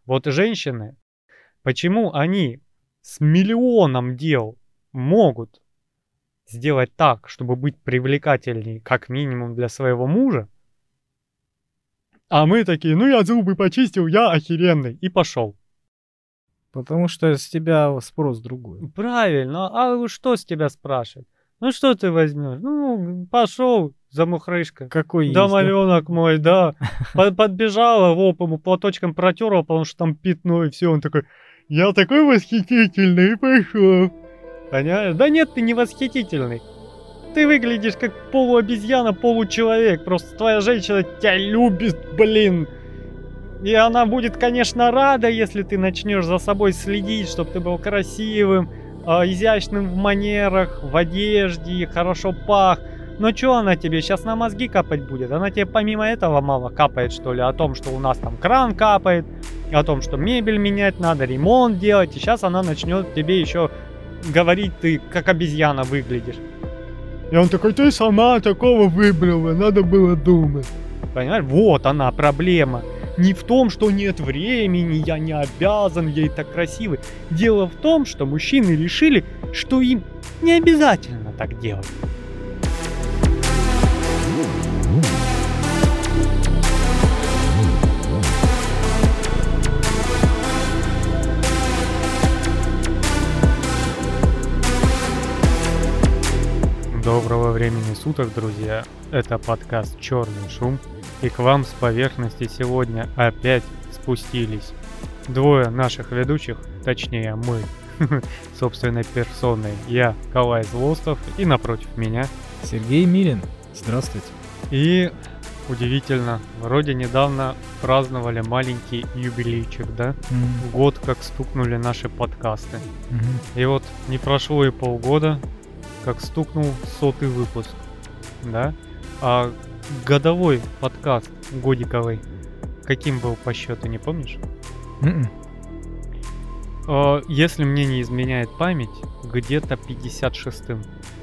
Вот женщины, почему они с миллионом дел могут сделать так, чтобы быть привлекательней, как минимум для своего мужа, а мы такие, ну я зубы почистил, я охеренный, и пошел. Потому что с тебя спрос другой. Правильно, а что с тебя спрашивать? Ну что ты возьмешь? Ну, пошел, замухрышка. Какой есть, да? Домовенок мой, да. Подбежала, воп, ему платочком протерла, потому что там пятно, и все. Он такой, я такой восхитительный, и пошел. Понимаешь? Да нет, ты не восхитительный. Ты выглядишь как полуобезьяна, получеловек. Просто твоя женщина тебя любит, блин. И она будет, конечно, рада, если ты начнешь за собой следить, чтобы ты был красивым, изящным в манерах, в одежде, хорошо пах. Но что она тебе сейчас на мозги капать будет? Она тебе помимо этого мало капает, что ли? О том, что у нас там кран капает, о том, что мебель менять надо, ремонт делать. И сейчас она начнет тебе еще говорить, ты как обезьяна выглядишь. И он такой, ты сама такого выбрала, надо было думать. Понимаешь? Вот она проблема. Не в том, что нет времени, я не обязан ей так красивый. Дело в том, что мужчины решили, что им не обязательно так делать. Доброго времени суток, друзья. Это подкаст «Черный шум». И к вам с поверхности сегодня опять спустились двое наших ведущих, точнее мы, собственной персоной. Я, Калай Злостов, и напротив меня Сергей Мирин. Здравствуйте. И удивительно, вроде недавно праздновали маленький юбилейчик, да? Год как стукнули наши подкасты. И вот не прошло и полгода, как стукнул 100-й выпуск, да? А годовой подкаст годиковый каким был по счету, не помнишь? Если мне не изменяет память, где-то 56-м.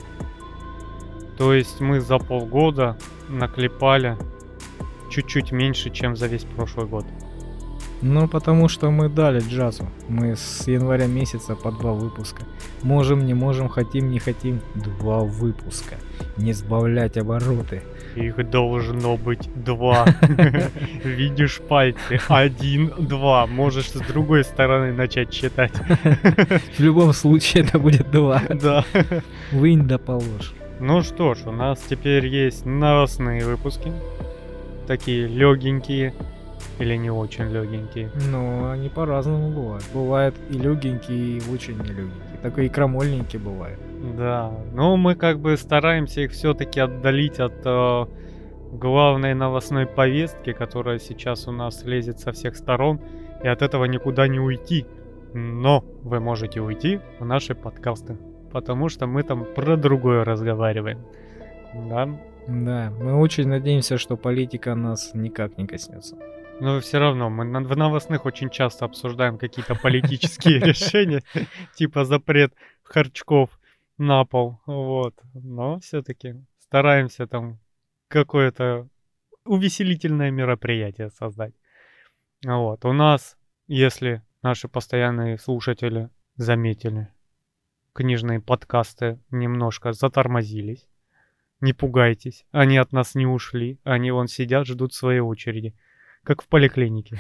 То есть мы за полгода наклепали чуть-чуть меньше, чем за весь прошлый год. Ну, потому что мы дали джазу. Мы с января месяца по 2 выпуска. Можем, не можем, хотим, не хотим. 2 выпуска. Не сбавлять обороты. Их должно быть 2. Видишь пальцы. 1, 2. Можешь с другой стороны начать считать. В любом случае это будет 2. Да. Вынь да положь. Ну что ж, у нас теперь есть новостные выпуски. Такие легенькие. Или не очень легенькие. Ну, они по-разному бывают. Бывают и легенькие, и очень нелегенькие. Так и крамольненькие бывают. Да, но мы как бы стараемся их все-таки отдалить от главной новостной повестки, которая сейчас у нас лезет со всех сторон, и от этого никуда не уйти. Но вы можете уйти в наши подкасты, потому что мы там про другое разговариваем. Да? Да, мы очень надеемся, что политика нас никак не коснется. Но все равно, мы в новостных очень часто обсуждаем какие-то политические решения, типа запрет харчков на пол, вот. Но все-таки стараемся там какое-то увеселительное мероприятие создать. Вот. У нас, если наши постоянные слушатели заметили, книжные подкасты немножко затормозились. Не пугайтесь, они от нас не ушли, они вон сидят, ждут своей очереди. Как в поликлинике.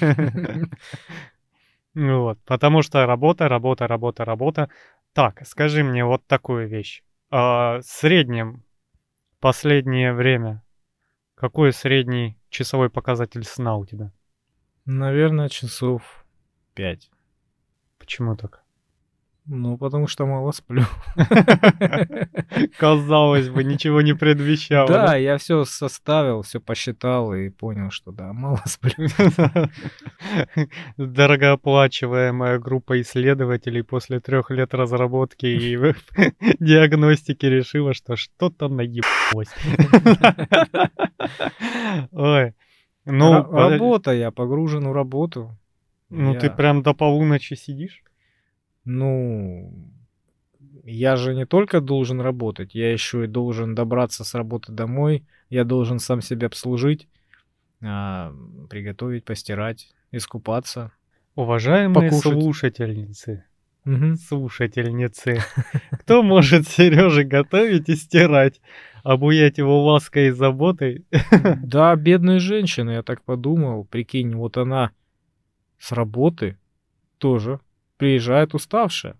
Вот, потому что работа. Так, скажи мне вот такую вещь. В среднем, последнее время, какой средний часовой показатель сна у тебя? Наверное, часов 5. Почему так? Ну, потому что мало сплю. Казалось бы, ничего не предвещало. Да, я все составил, все посчитал и понял, что да, мало сплю. Дорогооплачиваемая группа исследователей после 3 лет разработки и диагностики решила, что что-то наебалось. Ой. Ну, работа, я погружен в работу. Ну, ты прям до полуночи сидишь? Ну, я же не только должен работать, я еще и должен добраться с работы домой, я должен сам себя обслужить, приготовить, постирать, искупаться. Уважаемые покушать. слушательницы, Мгм. слушательницы, кто может Сереже готовить и стирать, обуять его лаской и заботой? Да, бедная женщина, я так подумал. Прикинь, вот она с работы тоже приезжает уставшая.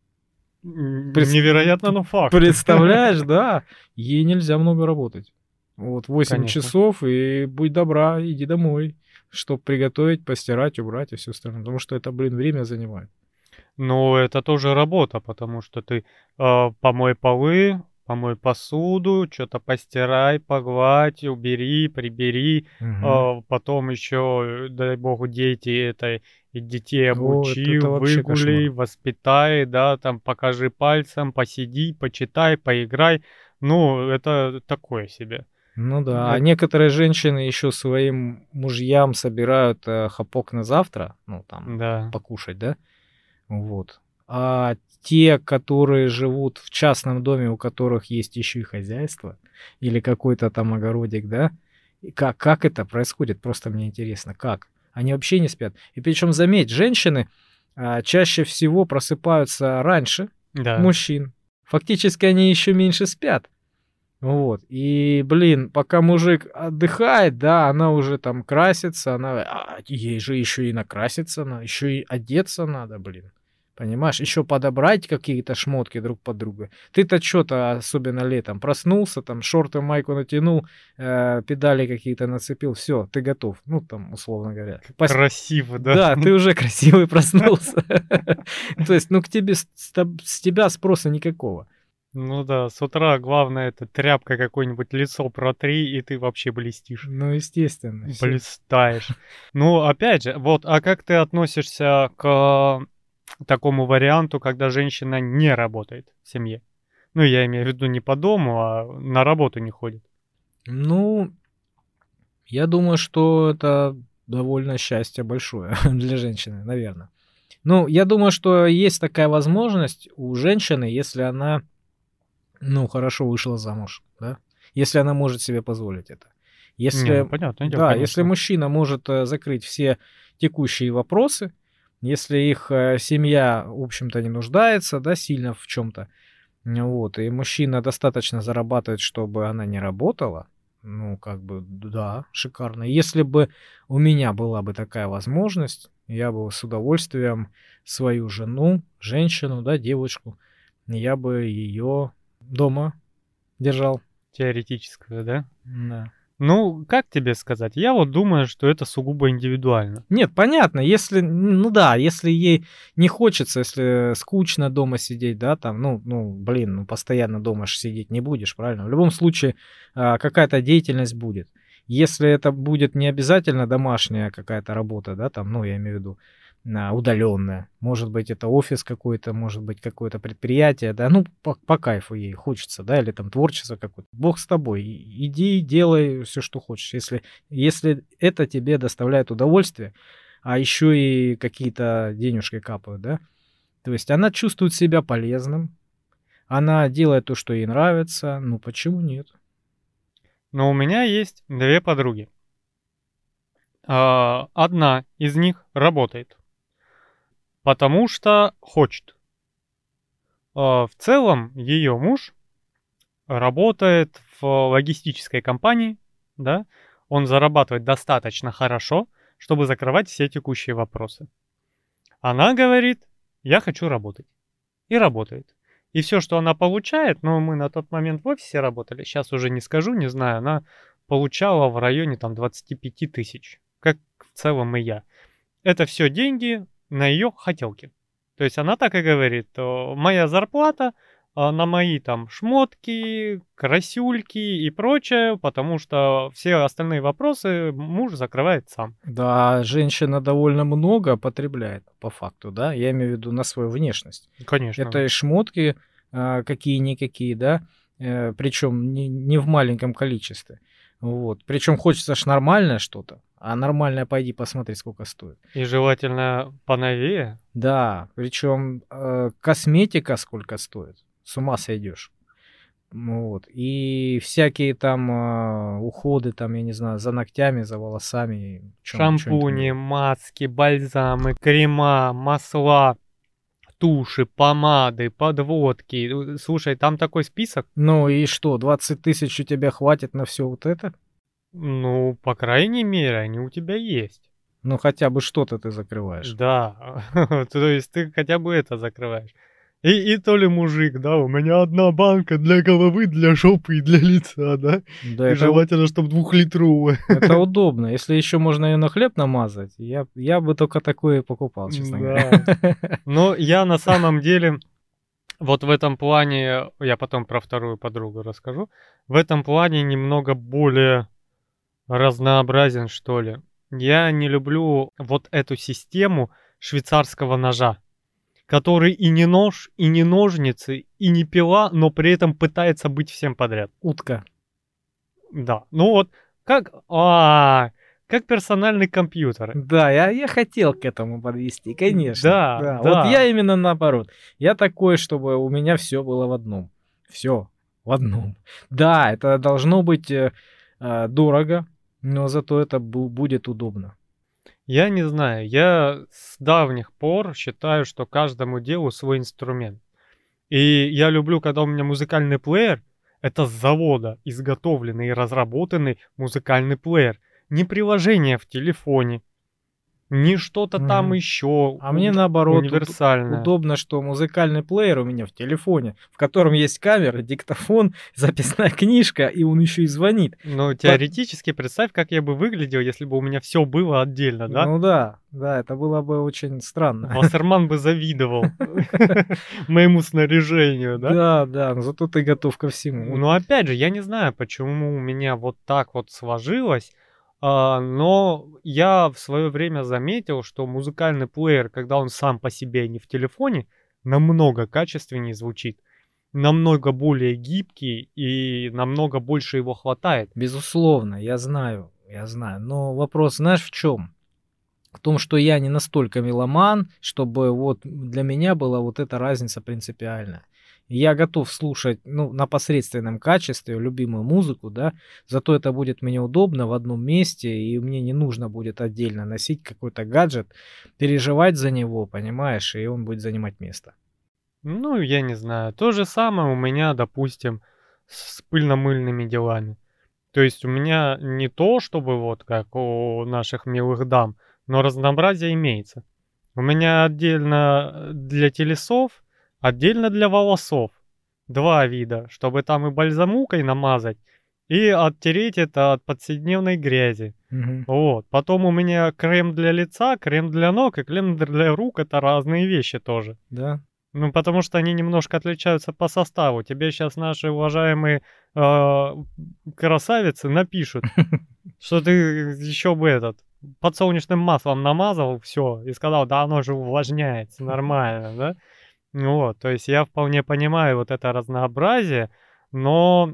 Прес- Невероятно, но факт. Представляешь, да? Ей нельзя много работать. Вот 8 Конечно. часов, и будь добра, иди домой, чтобы приготовить, постирать, убрать и все остальное. Потому что это, блин, время занимает. Но это тоже работа, потому что ты помой полы, помой посуду, что-то постирай, погладь, убери, прибери. Мгм. Потом еще, дай богу, дети это и детей О, обучи, это вообще выгуляй, кошмар. воспитай, да, там покажи пальцем, посиди, почитай, поиграй. Ну, это такое себе. Ну да, а Э, некоторые женщины еще своим мужьям собирают хапок на завтра, ну там Да. покушать, да? Вот. А те, которые живут в частном доме, у которых есть еще и хозяйство или какой-то там огородик, да? И как это происходит? Просто мне интересно, как? Они вообще не спят. И причем, заметь, женщины чаще всего просыпаются раньше Да. мужчин. Фактически они еще меньше спят. Вот. И, блин, пока мужик отдыхает, да, она уже там красится, ей же еще и накраситься надо, еще и одеться надо, блин. Понимаешь, еще подобрать какие-то шмотки друг под друга. Ты-то что-то, особенно летом, проснулся, там шорты, майку натянул, педали какие-то нацепил, все, ты готов. Ну, там, условно говоря. Красиво, да. Да, ты уже красивый проснулся. То есть, ну, к тебе с тебя спроса никакого. Ну да, с утра главное это тряпкой какое-нибудь лицо протри, и ты вообще блестишь. Ну, естественно, все. Блистаешь. Ну, опять же, вот, а как ты относишься к такому варианту, когда женщина не работает в семье? Ну, я имею в виду не по дому, а на работу не ходит. Ну, я думаю, что это довольно счастье большое для женщины, наверное. Ну, я думаю, что есть такая возможность у женщины, если она, ну, хорошо вышла замуж, да, если она может себе позволить это. Не, ну Если, понятное дело, да, если конечно. мужчина может закрыть все текущие вопросы, если их семья, в общем-то, не нуждается, да, сильно в чем-то, вот, и мужчина достаточно зарабатывает, чтобы она не работала, ну, как бы, да, шикарно. Если бы у меня была бы такая возможность, я бы с удовольствием свою жену, женщину, да, девочку, я бы ее дома держал. Теоретическое, да? Да. Ну, как тебе сказать? Я вот думаю, что это сугубо индивидуально. Нет, понятно, если, ну да, если ей не хочется, если скучно дома сидеть, да, там, блин, ну постоянно дома ж сидеть не будешь, правильно? В любом случае какая-то деятельность будет. Если это будет не обязательно домашняя какая-то работа, да, там, ну, я имею в виду, удаленная, может быть, это офис какой-то, может быть, какое-то предприятие, да, ну, по кайфу ей хочется, да, или там творчество какое-то. Бог с тобой, иди, делай все, что хочешь, если это тебе доставляет удовольствие, а еще и какие-то денежки капают, да, то есть она чувствует себя полезным, она делает то, что ей нравится, ну почему нет? Но у меня есть две подруги. Одна из них работает, потому что хочет. В целом, ее муж работает в логистической компании, да, он зарабатывает достаточно хорошо, чтобы закрывать все текущие вопросы. Она говорит, я хочу работать. И работает. И все, что она получает, ну, мы на тот момент в офисе работали, сейчас уже не скажу, не знаю, она получала в районе там 25 тысяч, как в целом и я. Это все деньги на ее хотелки. То есть она так и говорит, моя зарплата на мои там шмотки, красюльки и прочее, потому что все остальные вопросы муж закрывает сам. Да, женщина довольно много потребляет по факту, да, я имею в виду на свою внешность. Конечно, Это и шмотки какие-никакие, да, причем не в маленьком количестве. Вот. Причем хочется ж нормальное что-то, а нормальное пойди посмотри, сколько стоит. и желательно поновее. Да, причем косметика сколько стоит, с ума сойдешь. Вот. И всякие там уходы, там, я не знаю, за ногтями, за волосами. Шампуни, маски, бальзамы, крема, масла, туши, помады, подводки. Слушай, там такой список. Ну и что, 20 тысяч у тебя хватит на все вот это? Ну, по крайней мере, они у тебя есть. Ну хотя бы что-то ты закрываешь. Да, то есть ты хотя бы это закрываешь. И то ли мужик, да, у меня одна банка для головы, для жопы и для лица, да? Да, И это, желательно, чтобы 2-литровая. это удобно. Если еще можно ее на хлеб намазать, я бы только такое покупал, честно говоря. Да. Но я на самом деле, вот в этом плане, я потом про вторую подругу расскажу, в этом плане немного более разнообразен, что ли. Я не люблю вот эту систему швейцарского ножа, который и не нож, и не ножницы, и не пила, но при этом пытается быть всем подряд. Утка. Да, ну вот как персональный компьютер. Да, я хотел к этому подвести, конечно. Да, Вот да. я именно наоборот. Я такой, чтобы у меня все было в одном. Все в одном. Да, это должно быть дорого, но зато это будет удобно. Я не знаю, я с давних пор считаю, что каждому делу свой инструмент. И я люблю, когда у меня музыкальный плеер, это с завода изготовленный и разработанный музыкальный плеер. Не приложение в телефоне, не что-то там Мгм. еще А мне наоборот универсальное. удобно, что музыкальный плеер у меня в телефоне, в котором есть камера, диктофон, записная книжка, и он еще и звонит. Но теоретически представь, как я бы выглядел, если бы у меня все было отдельно, да? Ну да, это было бы очень странно. Вассерман бы завидовал моему снаряжению, да? Да, но зато ты готов ко всему. Но опять же, я не знаю, почему у меня вот так вот сложилось, но я в свое время заметил, что музыкальный плеер, когда он сам по себе не в телефоне, намного качественнее звучит, намного более гибкий и намного больше его хватает. Безусловно, я знаю. Но вопрос знаешь в чем? В том, что я не настолько меломан, чтобы вот для меня была вот эта разница принципиальная. Я готов слушать, ну, на посредственном качестве любимую музыку, да, зато это будет мне удобно в одном месте, и мне не нужно будет отдельно носить какой-то гаджет, переживать за него, понимаешь, и он будет занимать место. Ну, я не знаю. То же самое у меня, допустим, с пыльно-мыльными делами. То есть у меня не то, чтобы вот как у наших милых дам, но разнообразие имеется. У меня отдельно для телесов, отдельно для волосов. Два вида, чтобы там и бальзамукой намазать, и оттереть это от повседневной грязи. Мгм. Вот. Потом у меня крем для лица, крем для ног и крем для рук. Это разные вещи тоже. Да. Ну, потому что они немножко отличаются по составу. Тебе сейчас наши уважаемые а, красавицы напишут, что ты еще бы подсолнечным маслом намазал, все, и сказал, да оно же увлажняется, нормально, да? Ну вот, то есть я вполне понимаю вот это разнообразие, но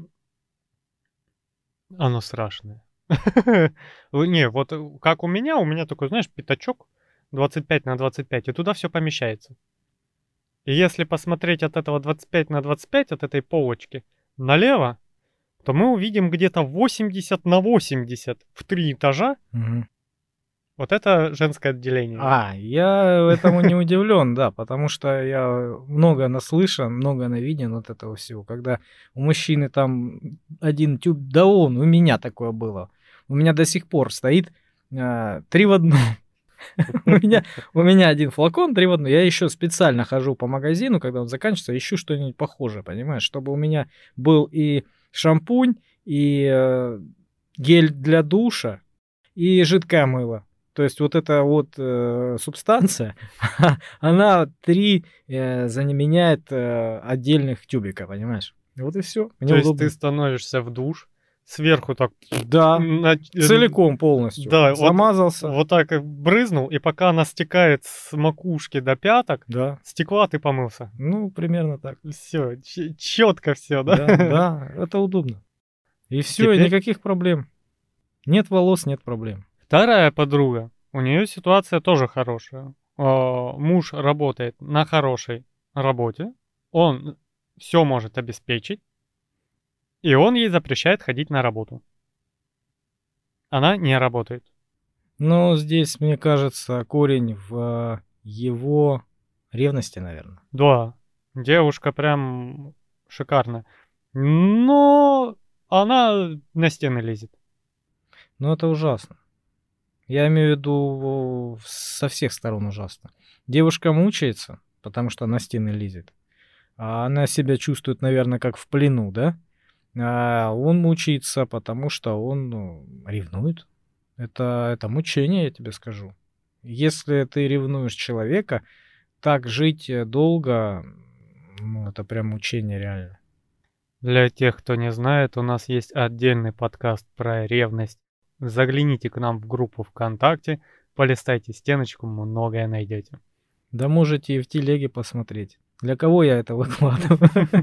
оно страшное. Не, вот как у меня такой, знаешь, пятачок 25 на 25, и туда все помещается. И если посмотреть от этого 25 на 25, от этой полочки, налево, то мы увидим где-то 80 на 80 в 3 этажа. Мгм. Вот это женское отделение. Я этому не удивлен, да, потому что я много наслышан, много навиден от этого всего. Когда у мужчины там один тюб, да у меня такое было. У меня до сих пор стоит 3 в одном. У меня один флакон, 3 в одном. Я еще специально хожу по магазину, когда он заканчивается, ищу что-нибудь похожее, понимаешь? Чтобы у меня был и шампунь, и гель для душа, и жидкое мыло. То есть вот эта вот субстанция, она 3 заменяет отдельных тюбика, понимаешь? Вот и все. Мне То есть удобно. ты становишься в душ, сверху так Да, на- целиком полностью. Да, вот- Замазался. вот так и брызнул, и пока она стекает с макушки до пяток, Да. стекла, ты помылся. Ну, примерно так. Все, четко все, да? Да, это удобно. И все, Теперь- никаких проблем. Нет волос, нет проблем. Вторая подруга, у нее ситуация тоже хорошая. Муж работает на хорошей работе, он все может обеспечить, И он ей запрещает ходить на работу. Она не работает. Но здесь, мне кажется, корень в его ревности, наверное. Да, девушка прям шикарная. Но она на стены лезет. Но это ужасно. Я имею в виду со всех сторон ужасно. Девушка мучается, потому что на стены лезет. А она себя чувствует, наверное, как в плену, да? А он мучается, потому что он ревнует. Это мучение, я тебе скажу. Если ты ревнуешь человека, так жить долго, ну, это прям мучение реально. Для тех, кто не знает, у нас есть отдельный подкаст про ревность. Загляните к нам в группу ВКонтакте, полистайте стеночку, многое найдете. Да можете и в телеге посмотреть. Для кого я это выкладываю?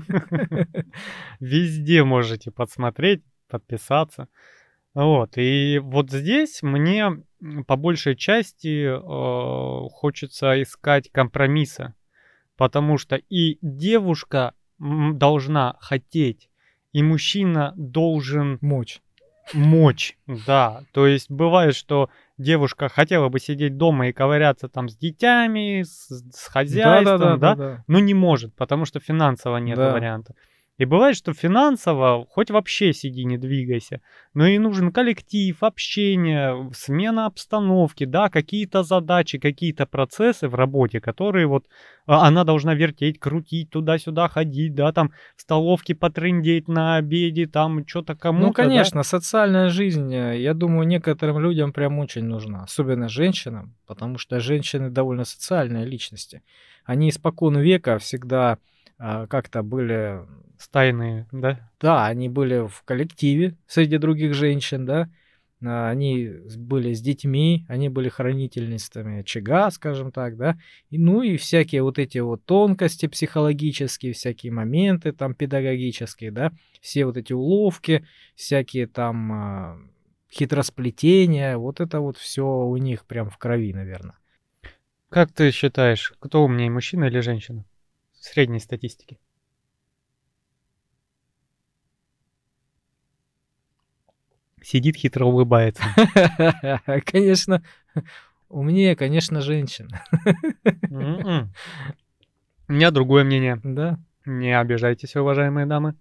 Везде можете подсмотреть, подписаться. Вот, и вот здесь мне по большей части хочется искать компромисса, потому что и девушка должна хотеть, и мужчина должен Мочь. мочь, да. То есть бывает, что девушка хотела бы сидеть дома и ковыряться там с детьми, с хозяйством, да, Да. но не может, потому что финансово нет Да. варианта. И бывает, что финансово хоть вообще сиди, не двигайся, но и нужен коллектив, общение, смена обстановки, да, какие-то задачи, какие-то процессы в работе, которые вот она должна вертеть, крутить, туда-сюда ходить, да, там в столовке потрындеть на обеде, там что-то кому-то, Ну, да. конечно, социальная жизнь, я думаю, некоторым людям прям очень нужна, особенно женщинам, потому что женщины довольно социальные личности. Они испокон века всегда как-то были, Стайные, да? да, они были в коллективе среди других женщин, да, они были с детьми, они были хранительницами очага, скажем так, да, ну и всякие вот эти вот тонкости психологические, всякие моменты там педагогические, да, все вот эти уловки, всякие там хитросплетения, вот это вот все у них прям в крови, наверное. Как ты считаешь, кто умнее, мужчина или женщина? В средней статистике. Сидит, хитро улыбается. Конечно, умнее, конечно, женщина. М-м. У меня другое мнение. Да. Не обижайтесь, уважаемые дамы.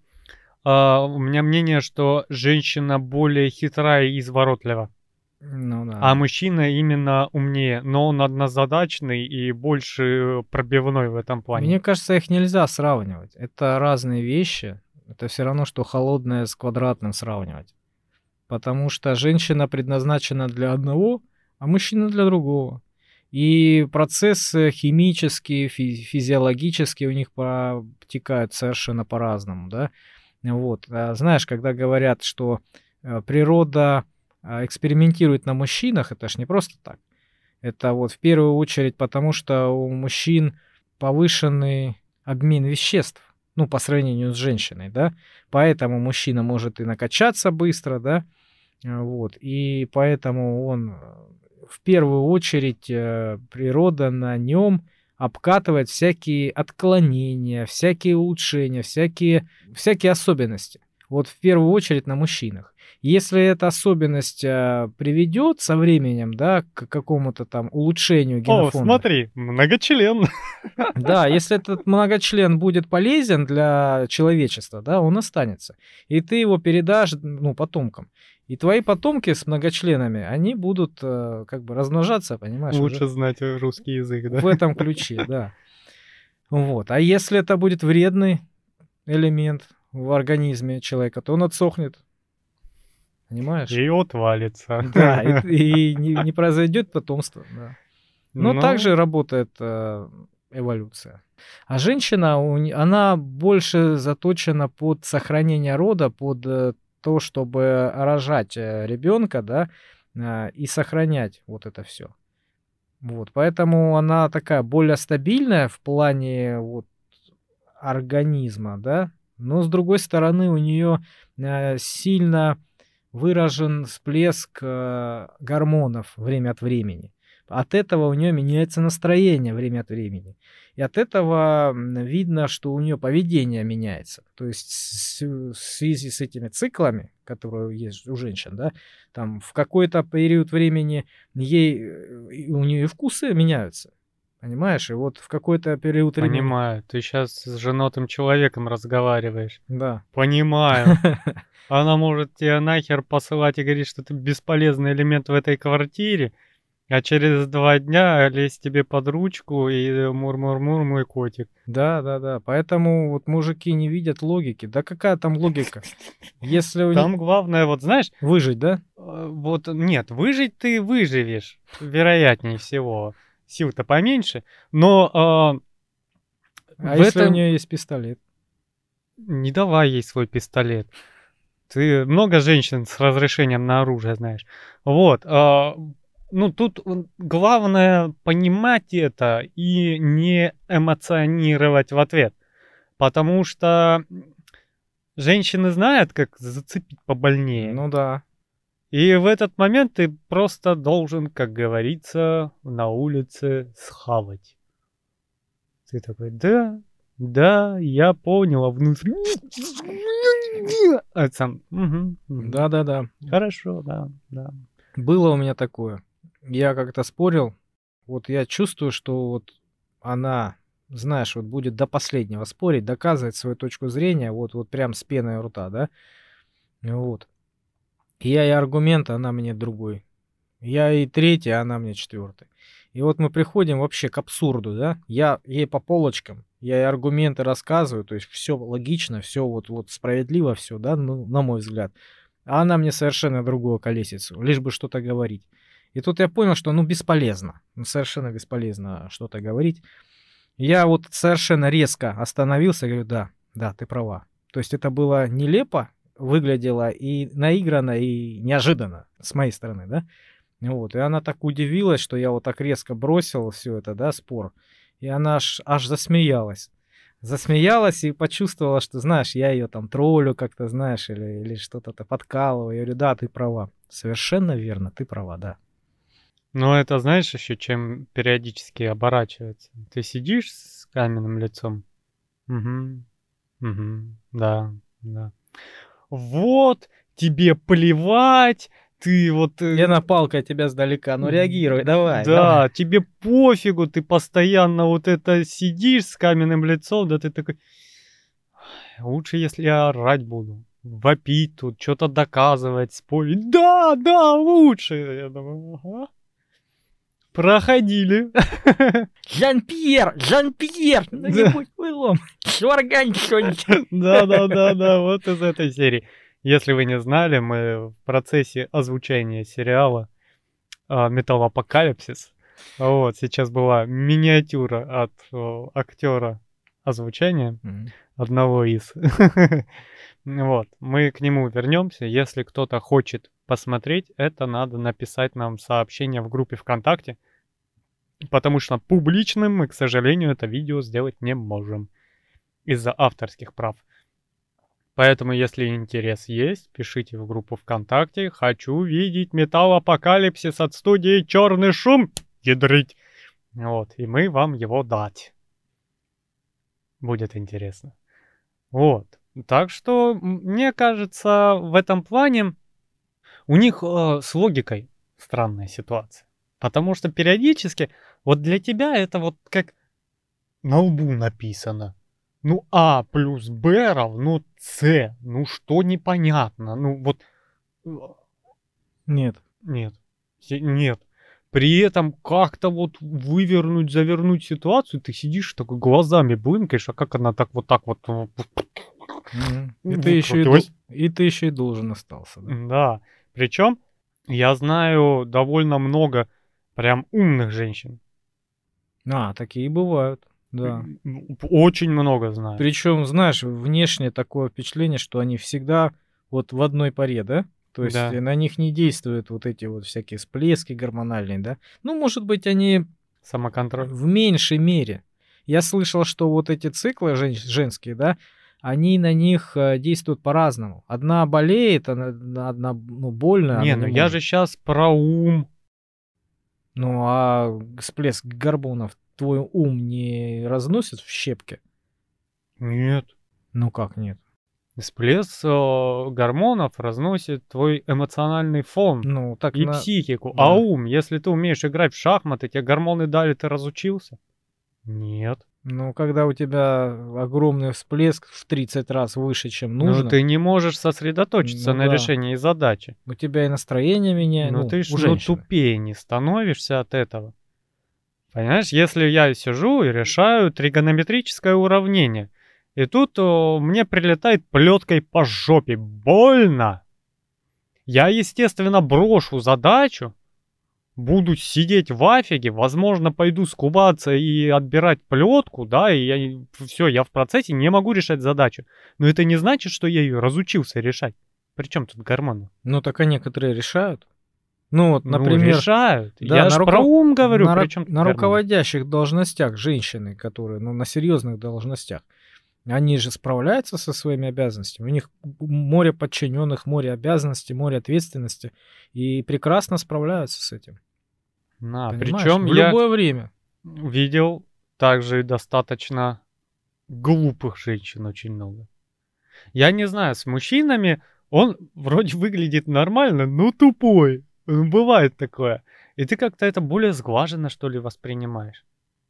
У меня мнение, что женщина более хитрая и изворотлива, Ну а да. мужчина именно умнее, но он однозадачный и больше пробивной в этом плане. Мне кажется, их нельзя сравнивать. Это разные вещи. Это все равно, что холодное с квадратным сравнивать. Потому что женщина предназначена для одного, а мужчина для другого. И процессы химические, физиологические у них протекают совершенно по-разному, да. Вот. Знаешь, когда говорят, что природа экспериментирует на мужчинах, это ж не просто так. Это вот в первую очередь потому, что у мужчин повышенный обмен веществ, ну, по сравнению с женщиной, да. Поэтому мужчина может и накачаться быстро, да, вот. И поэтому он в первую очередь природа на нем обкатывает всякие отклонения, всякие улучшения, всякие особенности. Вот в первую очередь на мужчинах. Если эта особенность приведет со временем, да, к какому-то там улучшению О, генофонда. смотри, многочлен. Да, если этот многочлен будет полезен для человечества, да, он останется. И ты его передашь, ну, потомкам. И твои потомки с многочленами, они будут как бы размножаться, понимаешь, уже Лучше знать русский язык, да? в этом ключе, да. Вот. А если это будет вредный элемент в организме человека, то он отсохнет. Понимаешь? И отвалится. Да, и не произойдет потомство, да. Но Ну, также работает эволюция. А женщина, она больше заточена под сохранение рода, под то, чтобы рожать ребенка, да, и сохранять вот это все. Вот, поэтому она такая более стабильная в плане вот организма, да, но с другой стороны у нее сильно выражен всплеск гормонов время от времени. От этого у нее меняется настроение время от времени. И от этого видно, что у нее поведение меняется. То есть в связи с этими циклами, которые есть у женщин, да, там в какой-то период времени у нее и вкусы меняются. Понимаешь? И вот в какой-то период времени... Понимаю, ты сейчас с женатым человеком разговариваешь. Да. Понимаю. Она может тебя нахер посылать и говорить, что ты бесполезный элемент в этой квартире, а через 2 дня лезть тебе под ручку и мур-мур-мур, мой котик. Да. Поэтому вот мужики не видят логики. Да какая там логика? Если у Там них главное, вот знаешь, выжить, да? вот нет, выжить ты выживешь, вероятнее всего. Сил-то поменьше, но А в если у этом нее есть пистолет? не давай ей свой пистолет. Ты много женщин с разрешением на оружие знаешь. Вот. Ну, тут главное понимать это и не эмоционировать в ответ. Потому что женщины знают, как зацепить побольнее. Ну да. И в этот момент ты просто должен, как говорится, на улице схавать. Ты такой, да, я понял, а внутри... А сам, Да. хорошо, да. Было у меня такое. Я как-то спорил. Вот я чувствую, что вот она, знаешь, вот будет до последнего спорить, доказывать свою точку зрения, вот прям с пеной у рта, да? Вот. И я ей аргумент, она мне другой. Я ей третий, а она мне четвертый. И вот мы приходим вообще к абсурду, да? Я ей по полочкам, я ей аргументы рассказываю, то есть все логично, все вот справедливо, все, да, ну, на мой взгляд. А она мне совершенно другую колесицу, лишь бы что-то говорить. И тут я понял, что ну бесполезно, ну совершенно бесполезно что-то говорить. Я вот совершенно резко остановился и говорю, да, ты права. То есть это было нелепо, выглядело и наигранно, и неожиданно с моей стороны, да? Вот, и она так удивилась, что я вот так резко бросил все это, да, спор. И она аж засмеялась. Засмеялась и почувствовала, что, знаешь, я ее там троллю как-то, знаешь, или что-то подкалываю. Я говорю, да, ты права. Совершенно верно, ты права, да. Но это знаешь еще, чем периодически оборачивается. Ты сидишь с каменным лицом. Да. Вот, тебе плевать, ты вот... Лена, палка тебя сдалека, ну реагируй, давай. Да, тебе пофигу, ты постоянно вот это сидишь с каменным лицом, да ты такой... Лучше, если я орать буду, вопить тут, что-то доказывать, спорить. Да, лучше. Я думаю, ага. Проходили. Жан-Пьер, ну не будь хуйлом, шваргань что-нибудь. Да, вот из этой серии. Если вы не знали, мы в процессе озвучения сериала «Металлопокалипсис». Вот, сейчас была миниатюра от актера озвучания, одного из. Вот, мы к нему вернемся. Если кто-то хочет посмотреть, это надо написать нам сообщение в группе ВКонтакте, потому что публичным мы, к сожалению, это видео сделать не можем из-за авторских прав. Поэтому, если интерес есть, пишите в группу ВКонтакте. Хочу видеть металлопокалипсис от студии «Черный шум». Ядрить. Вот, и мы вам его дать. Будет интересно. Вот. Так что, мне кажется, в этом плане у них с логикой странная ситуация. Потому что периодически, вот для тебя это вот как на лбу написано. Ну, А плюс Б равно С. Ну, что непонятно? Ну, вот... Нет. Нет. При этом как-то вот вывернуть, завернуть ситуацию, ты сидишь такой глазами блымкаешь, а как она так вот... И ты еще и должен остался. Да. Да. Причем я знаю довольно много прям умных женщин. Такие бывают, да. Очень много знаю. Причем, знаешь, внешне такое впечатление, что они всегда вот в одной паре, да? То есть Да. на них не действуют вот эти вот всякие всплески гормональные, да? Ну, может быть, они Самоконтроль. в меньшей мере. Я слышал, что вот эти циклы женские, да, они на них действуют по-разному. Одна болеет, одна больно. Не, ну я же сейчас про ум. Ну, а всплеск гормонов твой ум не разносит в щепки? Нет. Ну как нет? Всплеск гормонов разносит твой эмоциональный фон Ну, так и на психику. А да. ум, если ты умеешь играть в шахматы, тебе гормоны дали, ты разучился? Нет. Ну, когда у тебя огромный всплеск в 30 раз выше, чем Ну, нужно, ты не можешь сосредоточиться ну на да, решении задачи. у тебя и настроение меняет, Ну, ну, ты ж, у ну, женщины. тупее не становишься от этого. Понимаешь, если я сижу и решаю тригонометрическое уравнение, и тут мне прилетает плеткой по жопе, больно. Я, естественно, брошу задачу, буду сидеть в афиге, возможно, пойду скубаться и отбирать плетку, да, и я, все, я в процессе не могу решать задачу. Но это не значит, что я ее разучился решать. Причем тут гормоны? Ну, так а некоторые решают. Ну, вот, Ну, например, решают. да, Я ж про ум говорю, причем тут на гормоны? руководящих должностях женщины, которые, ну, на серьезных должностях, они же справляются со своими обязанностями. У них море подчиненных, море обязанностей, море ответственности. И прекрасно справляются с этим. Понимаешь? Причем В я любое время. видел также достаточно глупых женщин очень много. Я не знаю, с мужчинами он вроде выглядит нормально, но тупой. Бывает такое. И ты как-то это более сглаженно, что ли, воспринимаешь.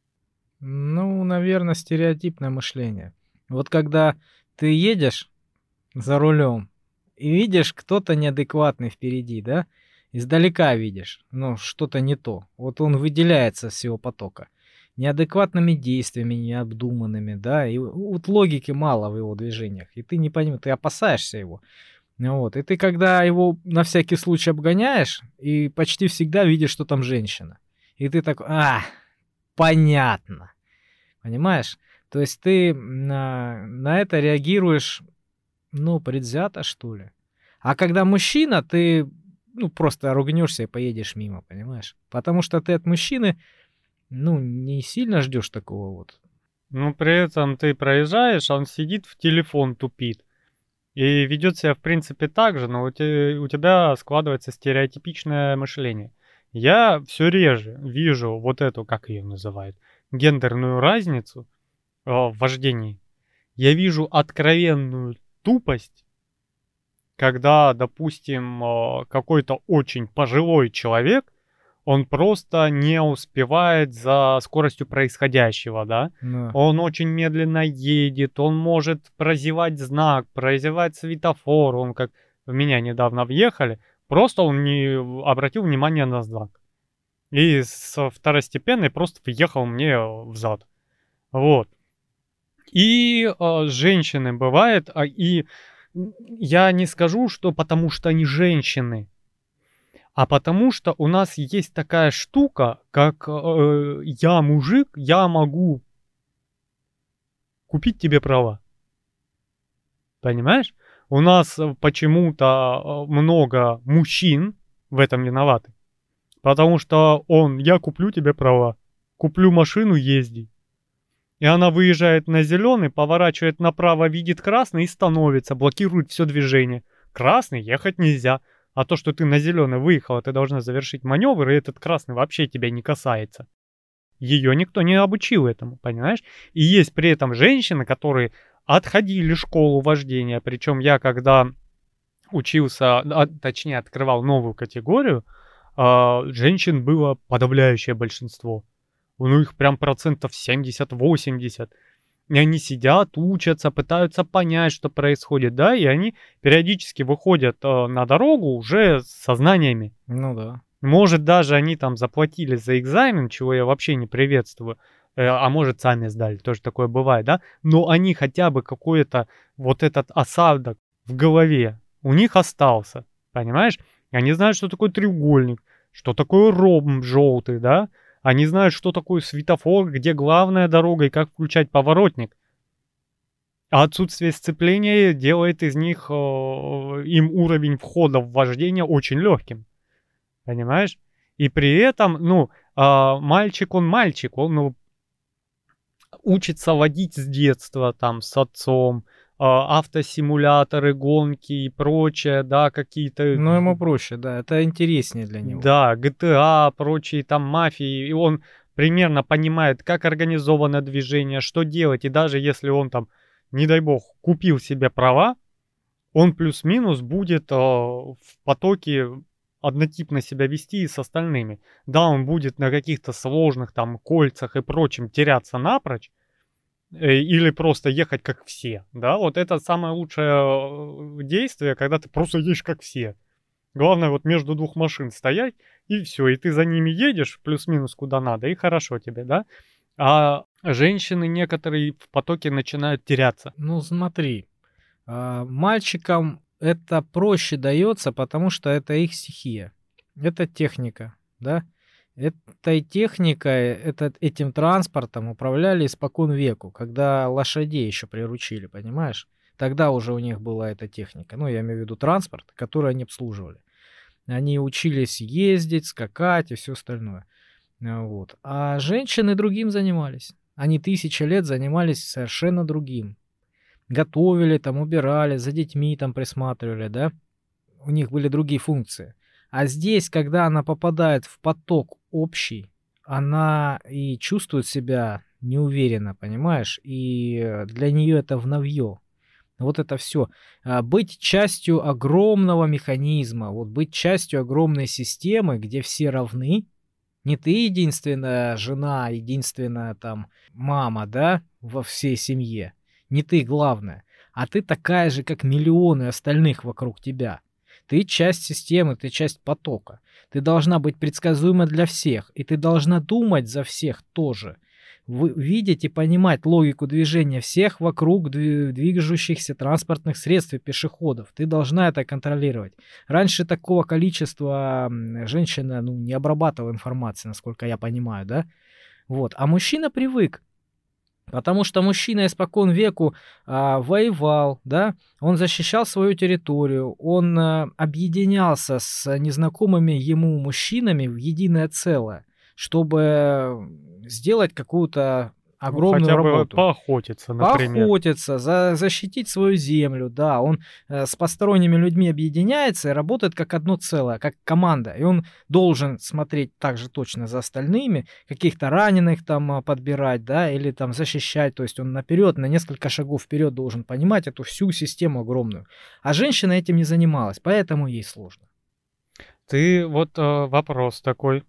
Ну, наверное, стереотипное мышление. Вот когда ты едешь за рулем и видишь, кто-то неадекватный впереди, да, издалека видишь, ну, что-то не то. Вот он выделяется из всего потока. Неадекватными действиями, необдуманными, да, и вот логики мало в его движениях, и ты не понимаешь, ты опасаешься его. Ну вот, и ты когда его на всякий случай обгоняешь, и почти всегда видишь, что там женщина. И ты такой, понятно. Понимаешь? То есть ты на это реагируешь, ну, предвзято, что ли. А когда мужчина, ты, ну, просто ругнешься и поедешь мимо, понимаешь? Потому что ты от мужчины, ну, не сильно ждешь такого вот. Ну, при этом ты проезжаешь, а он сидит в телефон тупит. И ведет себя, в принципе, так же, но у тебя складывается стереотипичное мышление. Я все реже вижу вот эту, как ее называют, гендерную разницу в вождении. Я вижу откровенную тупость, когда, допустим, какой-то очень пожилой человек, он просто не успевает за скоростью происходящего, да. Да. Он очень медленно едет, он может прозевать знак, прозевать светофор. Он как в меня недавно въехали, просто он не обратил внимания на знак. И со второстепенной просто въехал мне в зад. Вот. И женщины бывает, я не скажу, что потому что они женщины, а потому что у нас есть такая штука, как я мужик, я могу купить тебе права. Понимаешь? У нас почему-то много мужчин в этом виноваты. Потому что я куплю тебе права, куплю машину, езди. И она выезжает на зеленый, поворачивает направо, видит красный и становится, блокирует все движение. Красный ехать нельзя. А то, что ты на зеленый выехала, ты должна завершить маневр, и этот красный вообще тебя не касается. Ее никто не обучил этому, понимаешь? И есть при этом женщины, которые отходили школу вождения. Причем я, когда учился, точнее, открывал новую категорию, женщин было подавляющее большинство. Ну, их прям процентов 70-80. И они сидят, учатся, пытаются понять, что происходит, да, и они периодически выходят на дорогу уже с знаниями. Ну да. Может, даже они там заплатили за экзамен, чего я вообще не приветствую, а может, сами сдали, тоже такое бывает, да, но они хотя бы какой-то вот этот осадок в голове у них остался, понимаешь? Они знают, что такое треугольник, что такое ромб желтый, да, они знают, что такое светофор, где главная дорога и как включать поворотник. А отсутствие сцепления делает из них им уровень входа в вождение очень легким. Понимаешь? И при этом, мальчик, он, ну, учится водить с детства, там, с отцом, автосимуляторы, гонки и прочее, да, какие-то, Но ему проще, да, это интереснее для него. да, GTA, прочие там мафии, и он примерно понимает, как организовано движение, что делать, и даже если он там, не дай бог, купил себе права, он плюс-минус будет в потоке однотипно себя вести и с остальными. Да, он будет на каких-то сложных там кольцах и прочем теряться напрочь, или просто ехать как все, да, вот это самое лучшее действие, когда ты просто едешь как все. Главное вот между двух машин стоять, и все, и ты за ними едешь плюс-минус куда надо, и хорошо тебе, да. А женщины некоторые в потоке начинают теряться. Ну, смотри, мальчикам это проще дается, потому что это их стихия. Это техника, да. Этой техникой, этим транспортом управляли испокон веку, когда лошадей еще приручили, понимаешь? Тогда уже у них была эта техника. Ну, я имею в виду транспорт, который они обслуживали. Они учились ездить, скакать и все остальное. Вот. А женщины другим занимались. Они 1000 лет занимались совершенно другим. Готовили, там, убирали, за детьми там присматривали, да. У них были другие функции. А здесь, когда она попадает в поток общий, она и чувствует себя неуверенно, понимаешь? И для нее это в новье. Вот это все. Быть частью огромного механизма, вот быть частью огромной системы, где все равны. Не ты единственная жена, единственная там мама, да, во всей семье. Не ты главная, а ты такая же, как миллионы остальных вокруг тебя. Ты часть системы, ты часть потока. Ты должна быть предсказуема для всех, и ты должна думать за всех тоже. Видеть и понимать логику движения всех вокруг движущихся транспортных средств и пешеходов. Ты должна это контролировать. Раньше такого количества женщина не обрабатывала информации, насколько я понимаю, да? Вот. А мужчина привык. Потому что мужчина испокон веку воевал, да, он защищал свою территорию, он объединялся с незнакомыми ему мужчинами в единое целое, чтобы сделать какую-то Ну, огромную хотя бы работу. поохотиться, например. Поохотиться, защитить свою землю, да. Он с посторонними людьми объединяется и работает как одно целое, как команда. И он должен смотреть также точно за остальными, каких-то раненых там подбирать, да, или там защищать. То есть он наперед, на несколько шагов вперед должен понимать эту всю систему огромную. А женщина этим не занималась, поэтому ей сложно. Ты вот вопрос такой.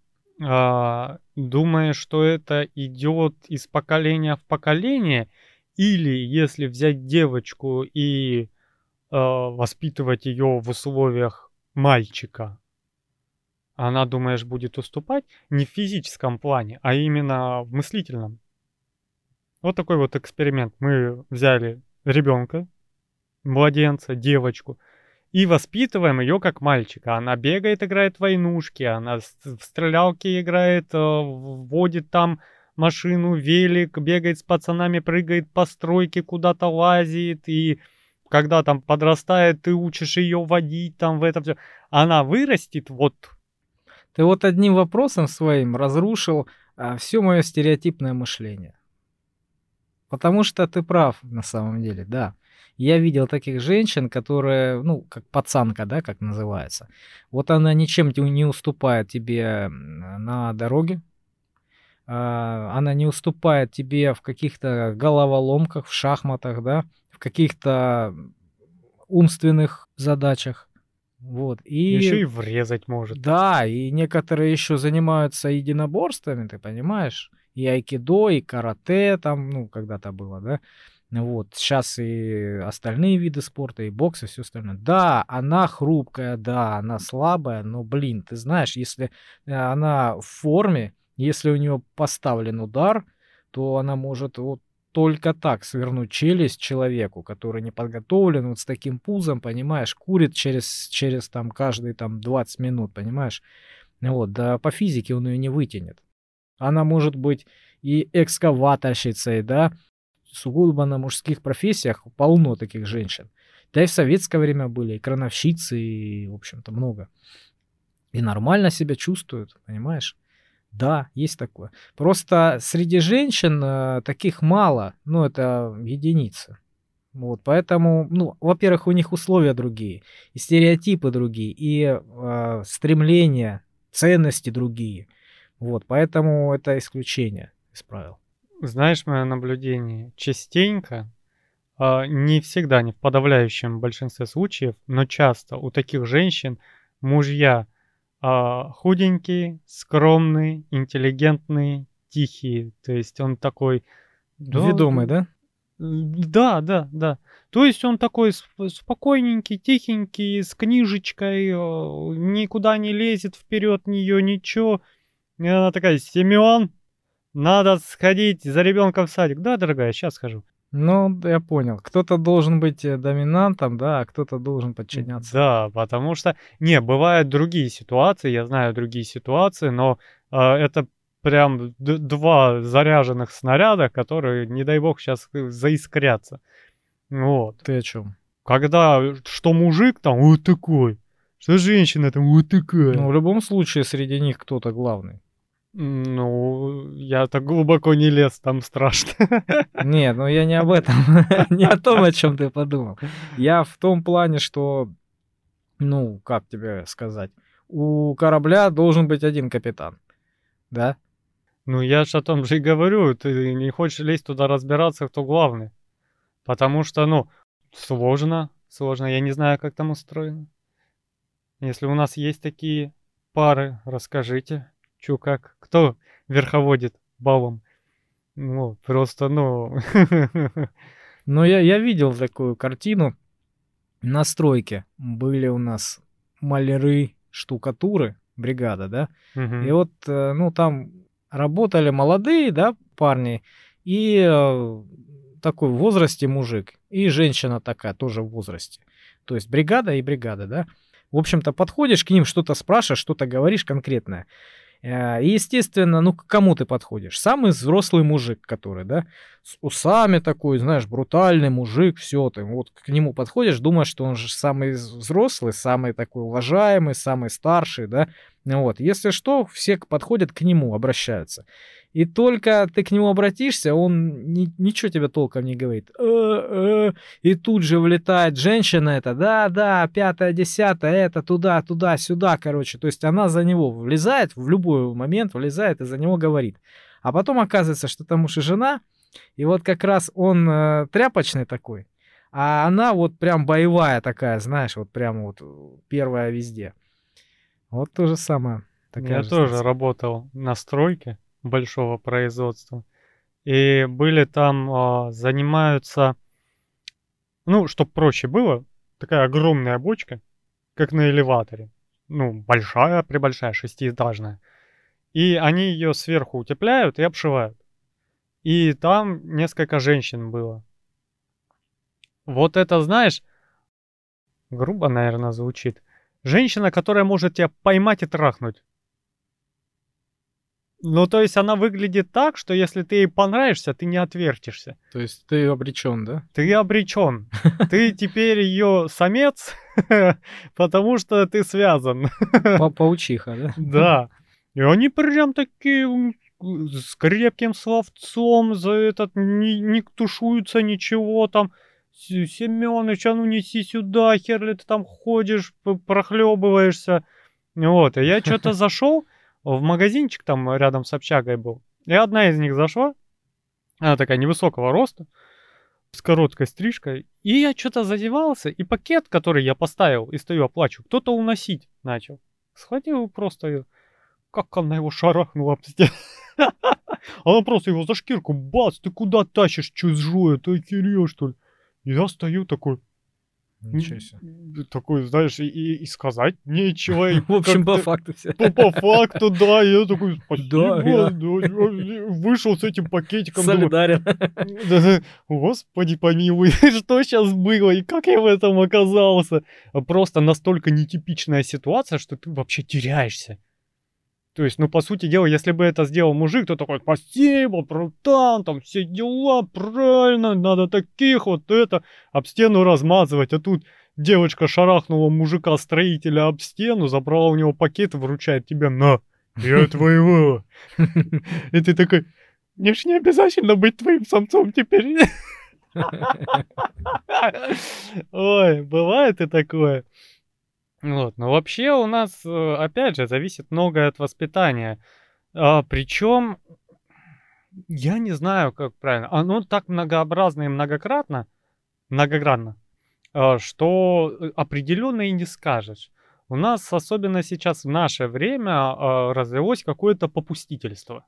Думаешь, что это идет из поколения в поколение, или если взять девочку и воспитывать ее в условиях мальчика, она, думаешь, будет уступать не в физическом плане, а именно в мыслительном? Вот такой вот эксперимент. Мы взяли ребенка, младенца, девочку, и воспитываем ее как мальчика. Она бегает, играет в войнушки, она в стрелялки играет, водит там машину, велик, бегает с пацанами, прыгает по стройке, куда-то лазит. И когда там подрастает, ты учишь ее водить там в это все. Она вырастет вот. Ты вот одним вопросом своим разрушил все мое стереотипное мышление. Потому что ты прав на самом деле, да. Я видел таких женщин, которые, как пацанка, да, как называется. Вот она ничем не уступает тебе на дороге, она не уступает тебе в каких-то головоломках, в шахматах, да, в каких-то умственных задачах. Вот. Еще И и врезать может. да, и некоторые еще занимаются единоборствами, ты понимаешь? И айкидо, и карате там, когда-то было, да? Вот, сейчас и остальные виды спорта, и бокс, и все остальное. Да, она хрупкая, да, она слабая, но, блин, ты знаешь, если она в форме, если у нее поставлен удар, то она может вот только так свернуть челюсть человеку, который не подготовлен, вот с таким пузом, понимаешь, курит через там каждые там 20 минут, понимаешь? Вот, да по физике он ее не вытянет. Она может быть и экскаваторщицей, да, сугубо на мужских профессиях полно таких женщин. Да и в советское время были и крановщицы, и, в общем-то, много. И нормально себя чувствуют, понимаешь? Да, есть такое. Просто среди женщин таких мало, это единицы. Вот, поэтому, ну, во-первых, у них условия другие, и стереотипы другие, и стремления, ценности другие. Вот, поэтому это исключение из правил. Знаешь, мое наблюдение, частенько, не всегда, не в подавляющем большинстве случаев, но часто у таких женщин мужья худенькие, скромные, интеллигентные, тихие. То есть он такой, да, Ведомый, да? да, да, да. То есть он такой спокойненький, тихенький, с книжечкой, никуда не лезет вперед нее, ничего. И она такая: Семен, надо сходить за ребенком в садик. Да, дорогая, сейчас схожу. Ну, да, я понял. Кто-то должен быть доминантом, да, а кто-то должен подчиняться. Да, потому что, не, бывают другие ситуации, я знаю другие ситуации, но это прям два заряженных снаряда, которые, не дай бог, сейчас заискрятся. Вот. Ты о чем? Когда что мужик там вот такой, что женщина там вот такая. Ну, в любом случае, среди них кто-то главный. Ну, я так глубоко не лез, там страшно. Нет, ну я не об этом, не о том, о чем ты подумал. Я в том плане, что, ну, как тебе сказать, у корабля должен быть один капитан, да? Ну, я ж о том же и говорю, ты не хочешь лезть туда разбираться, кто главный. Потому что, ну, сложно, сложно. Я не знаю, как там устроено. Если у нас есть такие пары, расскажите, чё как, кто верховодит балом. Ну, просто, ну... Но я видел такую картину. На стройке были у нас маляры, штукатуры, бригада, да? И Мгм. вот, ну, там работали молодые, да, парни, и такой в возрасте мужик, и женщина такая тоже в возрасте. То есть бригада и бригада, да? В общем-то, подходишь к ним, что-то спрашиваешь, что-то говоришь конкретное. И, естественно, ну, к кому ты подходишь? Самый взрослый мужик, который, да, с усами такой, знаешь, брутальный мужик, все, ты вот к нему подходишь, думаешь, что он же самый взрослый, самый такой уважаемый, самый старший, да, вот. Если что, все подходят к нему, обращаются. И только ты к нему обратишься, он ничего тебе толком не говорит. И тут же влетает женщина эта, да, пятое, десятое, это туда, туда, сюда, короче. То есть она за него влезает, в любой момент влезает и за него говорит. А потом оказывается, что там муж и жена, и вот как раз он тряпочный такой, а она вот прям боевая такая, знаешь, вот прям вот первая везде. Вот то же самое, такая Я же тоже ситуация. работал на стройке большого производства. И были там, занимаются, ну, чтоб проще было, такая огромная бочка, как на элеваторе. Ну, большая-пребольшая, шестиэтажная. И они ее сверху утепляют и обшивают. И там несколько женщин было. Вот это, знаешь, грубо, наверное, звучит. Женщина, которая может тебя поймать и трахнуть. Ну, то есть она выглядит так, что если ты ей понравишься, ты не отвертишься. То есть ты обречен, да? Ты обречен. Ты теперь ее самец, потому что ты связан. Паучиха, да? Да. И они прям такие с крепким словцом за этот не тушуются ничего там. Семёныч, а ну неси сюда, хер ли ты там ходишь, прохлебываешься. Вот, и я что-то зашел в магазинчик там рядом с общагой был. И одна из них зашла, она такая невысокого роста, с короткой стрижкой. И я что-то задевался, и пакет, который я поставил и стою оплачиваю, кто-то уносить начал. Схватил просто её. Как она его шарахнула об стену. Она просто его за шкирку, бац, ты куда тащишь чужое, ты охерел, что ли? Я стою такой, Ничего себе. такой, знаешь, и сказать нечего. И В общем, по как-то факту всё. по факту, да, я такой, Да, спасибо, я вышел с этим пакетиком, думаю, солидарен. да, господи помилуй, что сейчас было и как я в этом оказался? Просто настолько нетипичная ситуация, что ты вообще теряешься. То есть, ну, по сути дела, если бы это сделал мужик, то такой, спасибо, братан, там все дела, правильно, надо таких, вот это, об стену размазывать. А тут девочка шарахнула мужика-строителя об стену, забрала у него пакет и вручает тебе, на, я твоего. И ты такой, мне ж не обязательно быть твоим самцом теперь. Ой, бывает и такое. Вот, но вообще у нас, опять же, зависит многое от воспитания. Причем, я не знаю, как правильно. Оно так многообразно и многогранно, что определенно и не скажешь. У нас, особенно сейчас в наше время, развелось какое-то попустительство.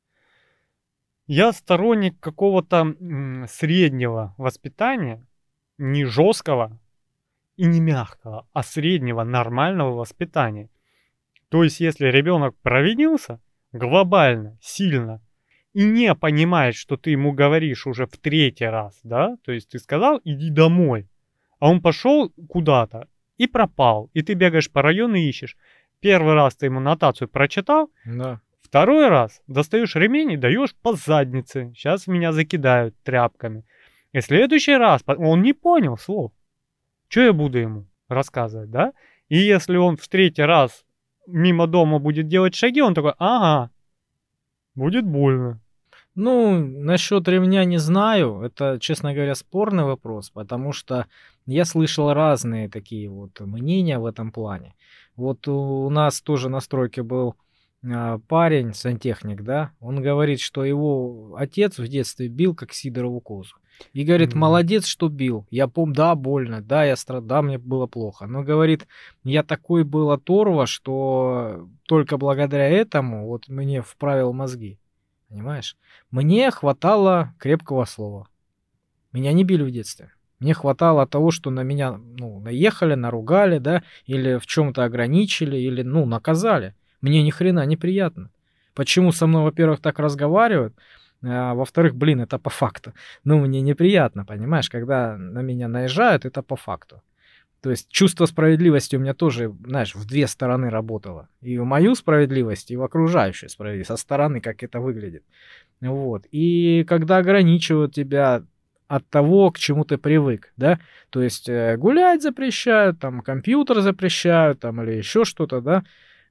Я сторонник какого-то среднего воспитания, не жесткого и не мягкого, а среднего нормального воспитания. То есть, если ребенок провинился глобально, сильно, и не понимает, что ты ему говоришь уже в третий раз, да, то есть ты сказал, иди домой, а он пошел куда-то и пропал, и ты бегаешь по району и ищешь. Первый раз ты ему нотацию прочитал, Да. второй раз достаешь ремень и даешь по заднице. Сейчас меня закидают тряпками. И следующий раз он не понял слов. Что я буду ему рассказывать, да? И если он в третий раз мимо дома будет делать шаги, он такой, ага, будет больно. Ну, насчет ремня не знаю. Это, честно говоря, спорный вопрос, потому что я слышал разные такие вот мнения в этом плане. Вот у нас тоже на стройке был парень, сантехник, да, он говорит, что его отец в детстве бил, как Сидорову козу. И говорит, молодец, что бил. Я помню, да, больно, да, я страдал, мне было плохо. Но говорит, я такой был оторва, что только благодаря этому вот мне вправил мозги. Понимаешь? Мне хватало крепкого слова. Меня не били в детстве. Мне хватало того, что на меня, ну, наехали, наругали, да, или в чем-то ограничили, или, ну, наказали. Мне ни хрена неприятно. Почему со мной, во-первых, так разговаривают, а во-вторых, блин, это по факту. Ну, мне неприятно, понимаешь, когда на меня наезжают, это по факту. То есть чувство справедливости у меня тоже, знаешь, в две стороны работало. И в мою справедливость, и в окружающую справедливость. Со стороны, как это выглядит. Вот. И когда ограничивают тебя от того, к чему ты привык, да, то есть гулять запрещают, там, компьютер запрещают, там, или еще что-то, да,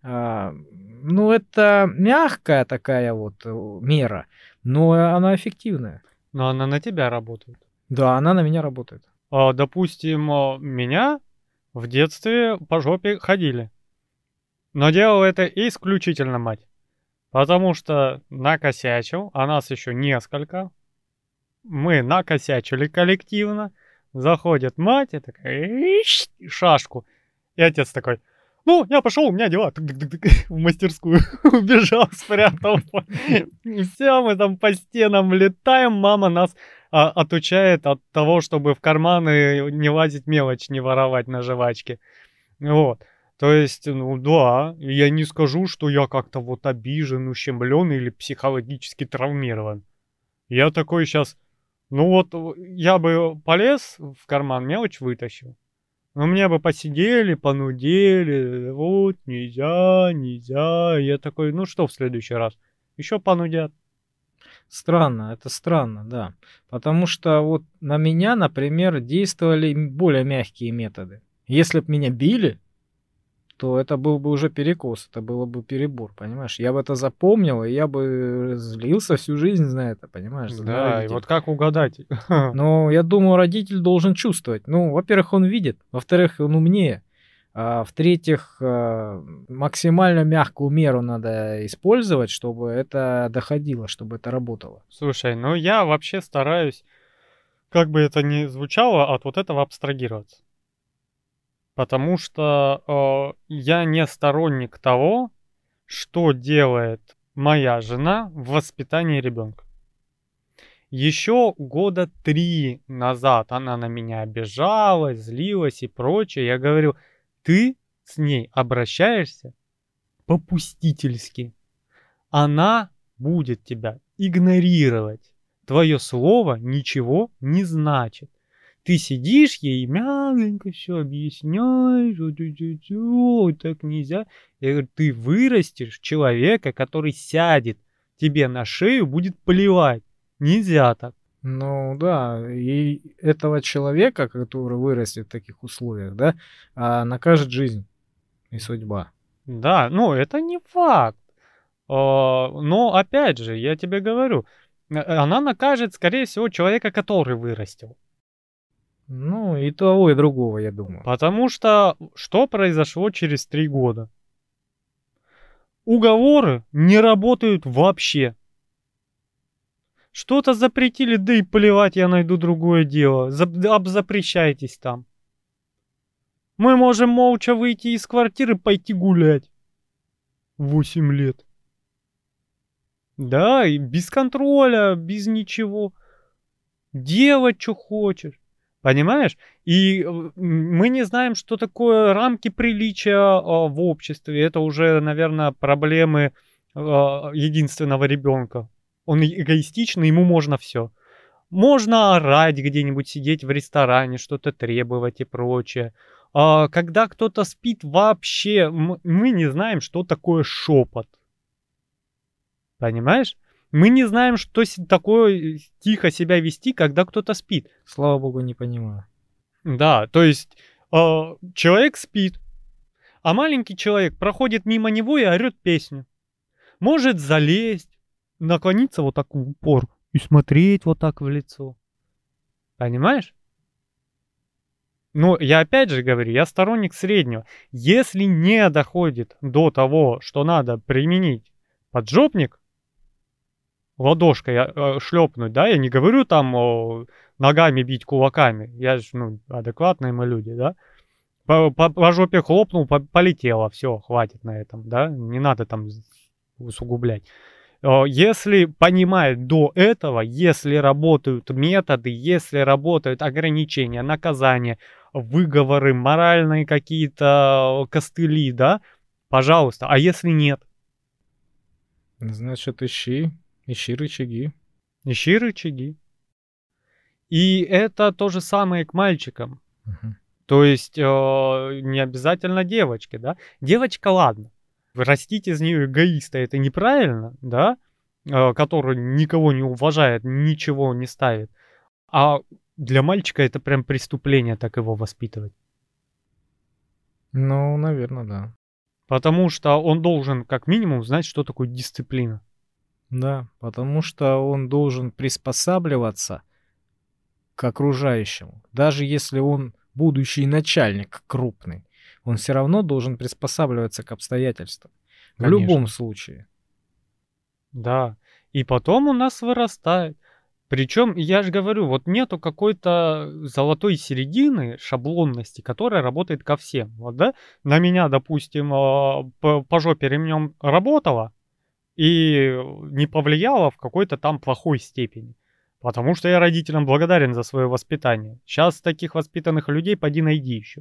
ну, это мягкая такая вот мера, но она эффективная. Но она на тебя работает. Да, она на меня работает. Допустим, меня в детстве по жопе ходили. Но делала это исключительно мать. Потому что накосячил, а нас еще несколько. Мы накосячили коллективно. Заходит мать и такая, шашку. И отец такой, ну, я пошел, у меня дела. В мастерскую убежал, спрятался. И все, мы там по стенам летаем. Мама нас отучает от того, чтобы в карманы не лазить, мелочь не воровать на жвачке. Вот. То есть, ну да, я не скажу, что я как-то вот обижен, ущемлен или психологически травмирован. Я такой сейчас, ну вот я бы полез в карман, мелочь вытащил. Но мне бы посидели, понудели, вот, нельзя. Я такой, ну что в следующий раз? Еще понудят. Странно, это странно, да. Потому что вот на меня, например, действовали более мягкие методы. Если бы меня били, то это был бы уже перекос, это было бы перебор, понимаешь? Я бы это запомнил, и я бы злился всю жизнь на это, понимаешь, на Да, и родителей. вот как угадать? Но я думаю, родитель должен чувствовать. Ну, во-первых, он видит, во-вторых, он умнее, а в-третьих, максимально мягкую меру надо использовать, чтобы это доходило, чтобы это работало. Слушай, ну я вообще стараюсь, как бы это ни звучало, от вот этого абстрагироваться. Потому что я не сторонник того, что делает моя жена в воспитании ребенка. Еще года 3 назад она на меня обижалась, злилась и прочее. Я говорю, ты с ней обращаешься попустительски. Она будет тебя игнорировать. Твое слово ничего не значит. Ты сидишь ей мягенько все объясняешь, вот так нельзя. Я говорю, ты вырастешь человека, который сядет тебе на шею, будет поливать. Нельзя так. Ну да, и этого человека, который вырастет в таких условиях, да, накажет жизнь и судьба. Да, ну это не факт. Но опять же, я тебе говорю, Она накажет, скорее всего, человека, который вырастил. Ну, и того, и другого, я думаю. Потому что произошло через 3 года? Уговоры не работают вообще. Что-то запретили, да и плевать, я найду другое дело. Запрещайтесь там. Мы можем молча выйти из квартиры, пойти гулять. 8 лет. Да, и без контроля, без ничего. Делать, что хочешь. Понимаешь? И мы не знаем, что такое рамки приличия в обществе. Это уже, наверное, проблемы единственного ребенка. Он эгоистичный, ему можно все. Можно орать где-нибудь, сидеть в ресторане, что-то требовать и прочее. Когда кто-то спит, вообще мы не знаем, что такое шепот. Понимаешь? Мы не знаем, что такое тихо себя вести, когда кто-то спит. Слава богу, не понимаю. Да, то есть человек спит, а маленький человек проходит мимо него и орет песню. Может залезть, наклониться вот так в упор и смотреть вот так в лицо. Понимаешь? Ну, я опять же говорю, я сторонник среднего. Если не доходит до того, что надо применить поджопник, ладошкой шлепнуть, да, я не говорю там ногами бить кулаками, я же, ну, адекватные мы люди, да, по жопе хлопнул, полетело, все, хватит на этом, да, не надо там усугублять. Если понимают до этого, если работают методы, если работают ограничения, наказания, выговоры, моральные какие-то костыли, да, пожалуйста, а если нет? Значит, ищи рычаги. Ищи рычаги. И это то же самое к мальчикам. Мгм. То есть не обязательно девочки, да. Девочка, ладно. Растить из нее эгоиста это неправильно, да, который никого не уважает, ничего не ставит. А для мальчика это прям преступление так его воспитывать. Ну, наверное, да. Потому что он должен как минимум знать, что такое дисциплина. Да, потому что он должен приспосабливаться к окружающему. Даже если он будущий начальник крупный, он все равно должен приспосабливаться к обстоятельствам. В любом Конечно. случае. Да. И потом у нас вырастает. Причем, я же говорю, вот нету какой-то золотой середины, шаблонности, которая работает ко всем. Вот, да? На меня, допустим, по жопе ремнем работала и не повлияла в какой-то там плохой степени. Потому что я родителям благодарен за свое воспитание. Сейчас таких воспитанных людей поди найди еще.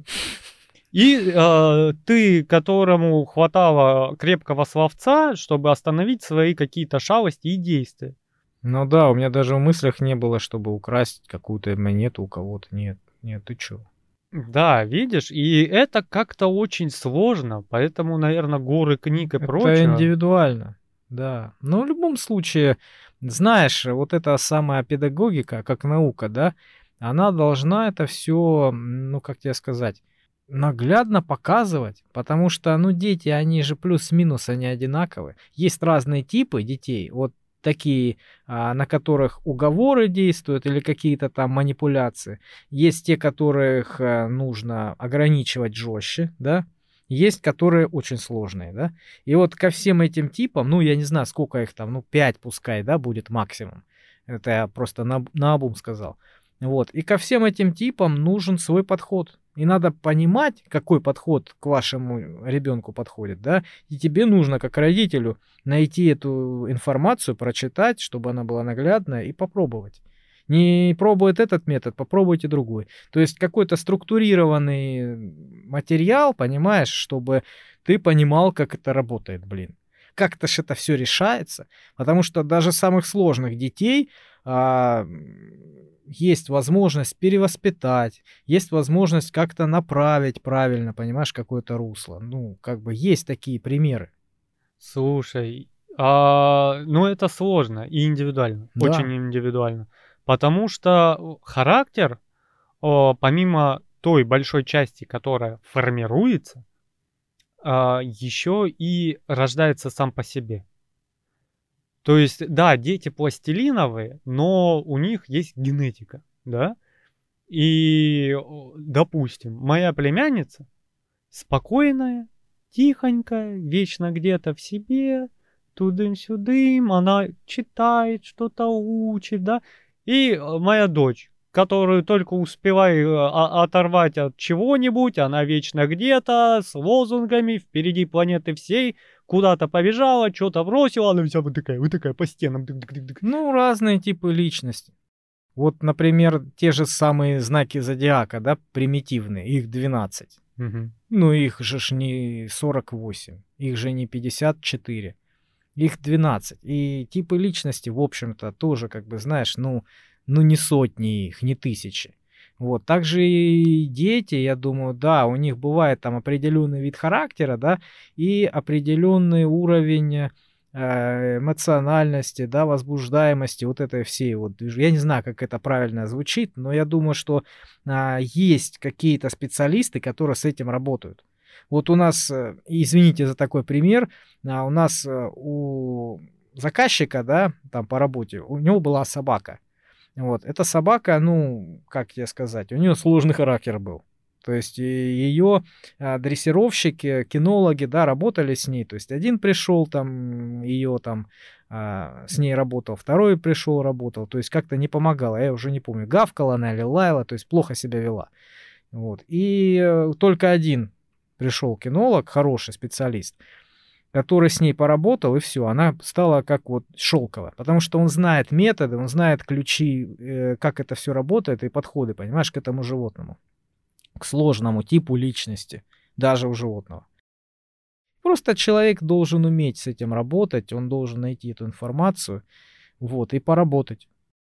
И ты, которому хватало крепкого словца, чтобы остановить свои какие-то шалости и действия. Ну да, у меня даже в мыслях не было, чтобы украсть какую-то монету у кого-то. Нет, нет, ты чё? Да, видишь, и это как-то очень сложно, поэтому, наверное, горы книг и Это прочего. индивидуально, да. Но в любом случае, знаешь, вот эта самая педагогика, как наука, да, она должна это все, ну, как тебе сказать, наглядно показывать, потому что, ну, дети, они же плюс-минус, они одинаковые. Есть разные типы детей, вот такие, на которых уговоры действуют или какие-то там манипуляции. Есть те, которых нужно ограничивать жестче, да, есть, которые очень сложные, да. И вот ко всем этим типам, ну, я не знаю, сколько их там, ну, 5 пускай, да, будет максимум. Это я просто наобум сказал. Вот. И ко всем этим типам нужен свой подход. И надо понимать, какой подход к вашему ребенку подходит, да. И тебе нужно, как родителю, найти эту информацию, прочитать, чтобы она была наглядная, и попробовать. Не пробует этот метод, попробуйте другой. То есть какой-то структурированный материал, понимаешь, чтобы ты понимал, как это работает, блин. Как-то ж это все решается, потому что даже самых сложных детей есть возможность перевоспитать, есть возможность как-то направить правильно, понимаешь, какое-то русло. Ну, как бы есть такие примеры. Слушай, ну это сложно и индивидуально, Да, очень индивидуально. Потому что характер, помимо той большой части, которая формируется, еще и рождается сам по себе. То есть, да, дети пластилиновые, но у них есть генетика, да? И, допустим, моя племянница спокойная, тихонькая, вечно где-то в себе, тудым-сюдым, она читает, что-то учит, да. И моя дочь, которую только успевай оторвать от чего-нибудь, она вечно где-то с лозунгами впереди планеты всей, куда-то побежала, что-то бросила, она вся вот такая по стенам. Дык-дык-дык-дык. Ну, разные типы личности. Вот, например, те же самые знаки зодиака, да, примитивные, их 12. Мгм. Ну, их же ж не 48, их же не 54, их 12. И типы личности, в общем-то, тоже, как бы, знаешь, ну не сотни их, не тысячи. Вот, также и дети, я думаю, да, у них бывает там определенный вид характера, да, и определенный уровень эмоциональности, да, возбуждаемости, вот этой всей вот я не знаю, как это правильно звучит, но я думаю, что есть какие-то специалисты, которые с этим работают. Вот у нас, извините за такой пример, у нас у заказчика, да, там по работе, у него была собака. Вот, эта собака, ну, как тебе сказать, у нее сложный характер был. То есть ее дрессировщики, кинологи, да, работали с ней. То есть один пришел там, ее там с ней работал, второй пришел, работал. То есть как-то не помогала, я уже не помню, гавкала она или лаяла, то есть плохо себя вела. Вот. И только один пришел кинолог, хороший специалист, который с ней поработал, и все, она стала как вот шелковая, потому что он знает методы, он знает ключи, как это все работает, и подходы, понимаешь, к этому животному, к сложному типу личности, даже у животного. Просто человек должен уметь с этим работать, он должен найти эту информацию, вот, и поработать.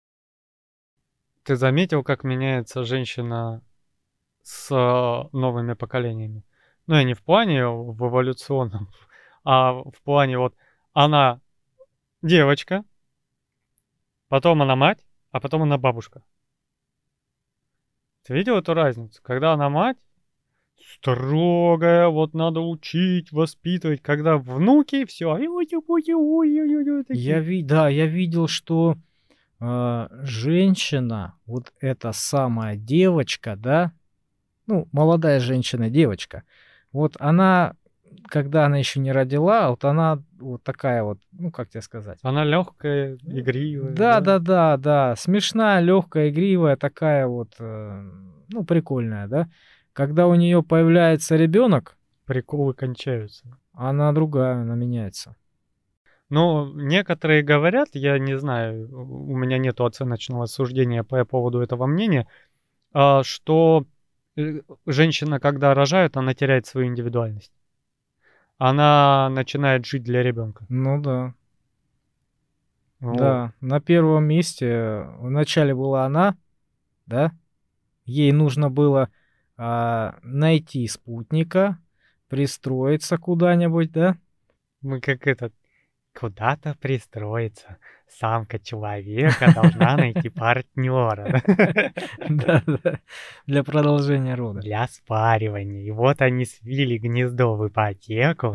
Ты заметил, как меняется женщина с новыми поколениями? Ну, я не в плане в эволюционном, а в плане вот она девочка, потом она мать, а потом она бабушка. Ты видел эту разницу? Когда она мать, строгая, вот надо учить, воспитывать. Когда внуки, все. Я видел, что женщина, вот эта самая девочка, да, ну, молодая женщина, девочка, вот она, когда она еще не родила, вот она вот такая вот, ну, как тебе сказать? Она легкая, игривая. Да, смешная, легкая, игривая, такая вот, ну, прикольная, да. Когда у нее появляется ребенок, Приколы кончаются. она другая, она меняется. Ну, некоторые говорят, я не знаю, у меня нету оценочного суждения по поводу этого мнения, что женщина, когда рожает, она теряет свою индивидуальность. Она начинает жить для ребенка. Ну да. Вот. Да, на первом месте вначале была она, да, ей нужно было найти спутника, пристроиться куда-нибудь, да. Мы как этот, куда-то пристроиться. Самка человека должна найти партнера Да, для продолжения рода. для спаривания. И вот они свили гнездо в ипотеку.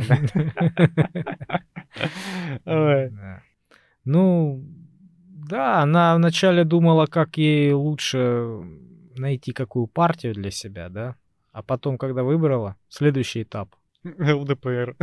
Ой. Да. Ну, да, она вначале думала, как ей лучше найти какую партию для себя, да, а потом, когда выбрала, следующий этап. ЛДПР.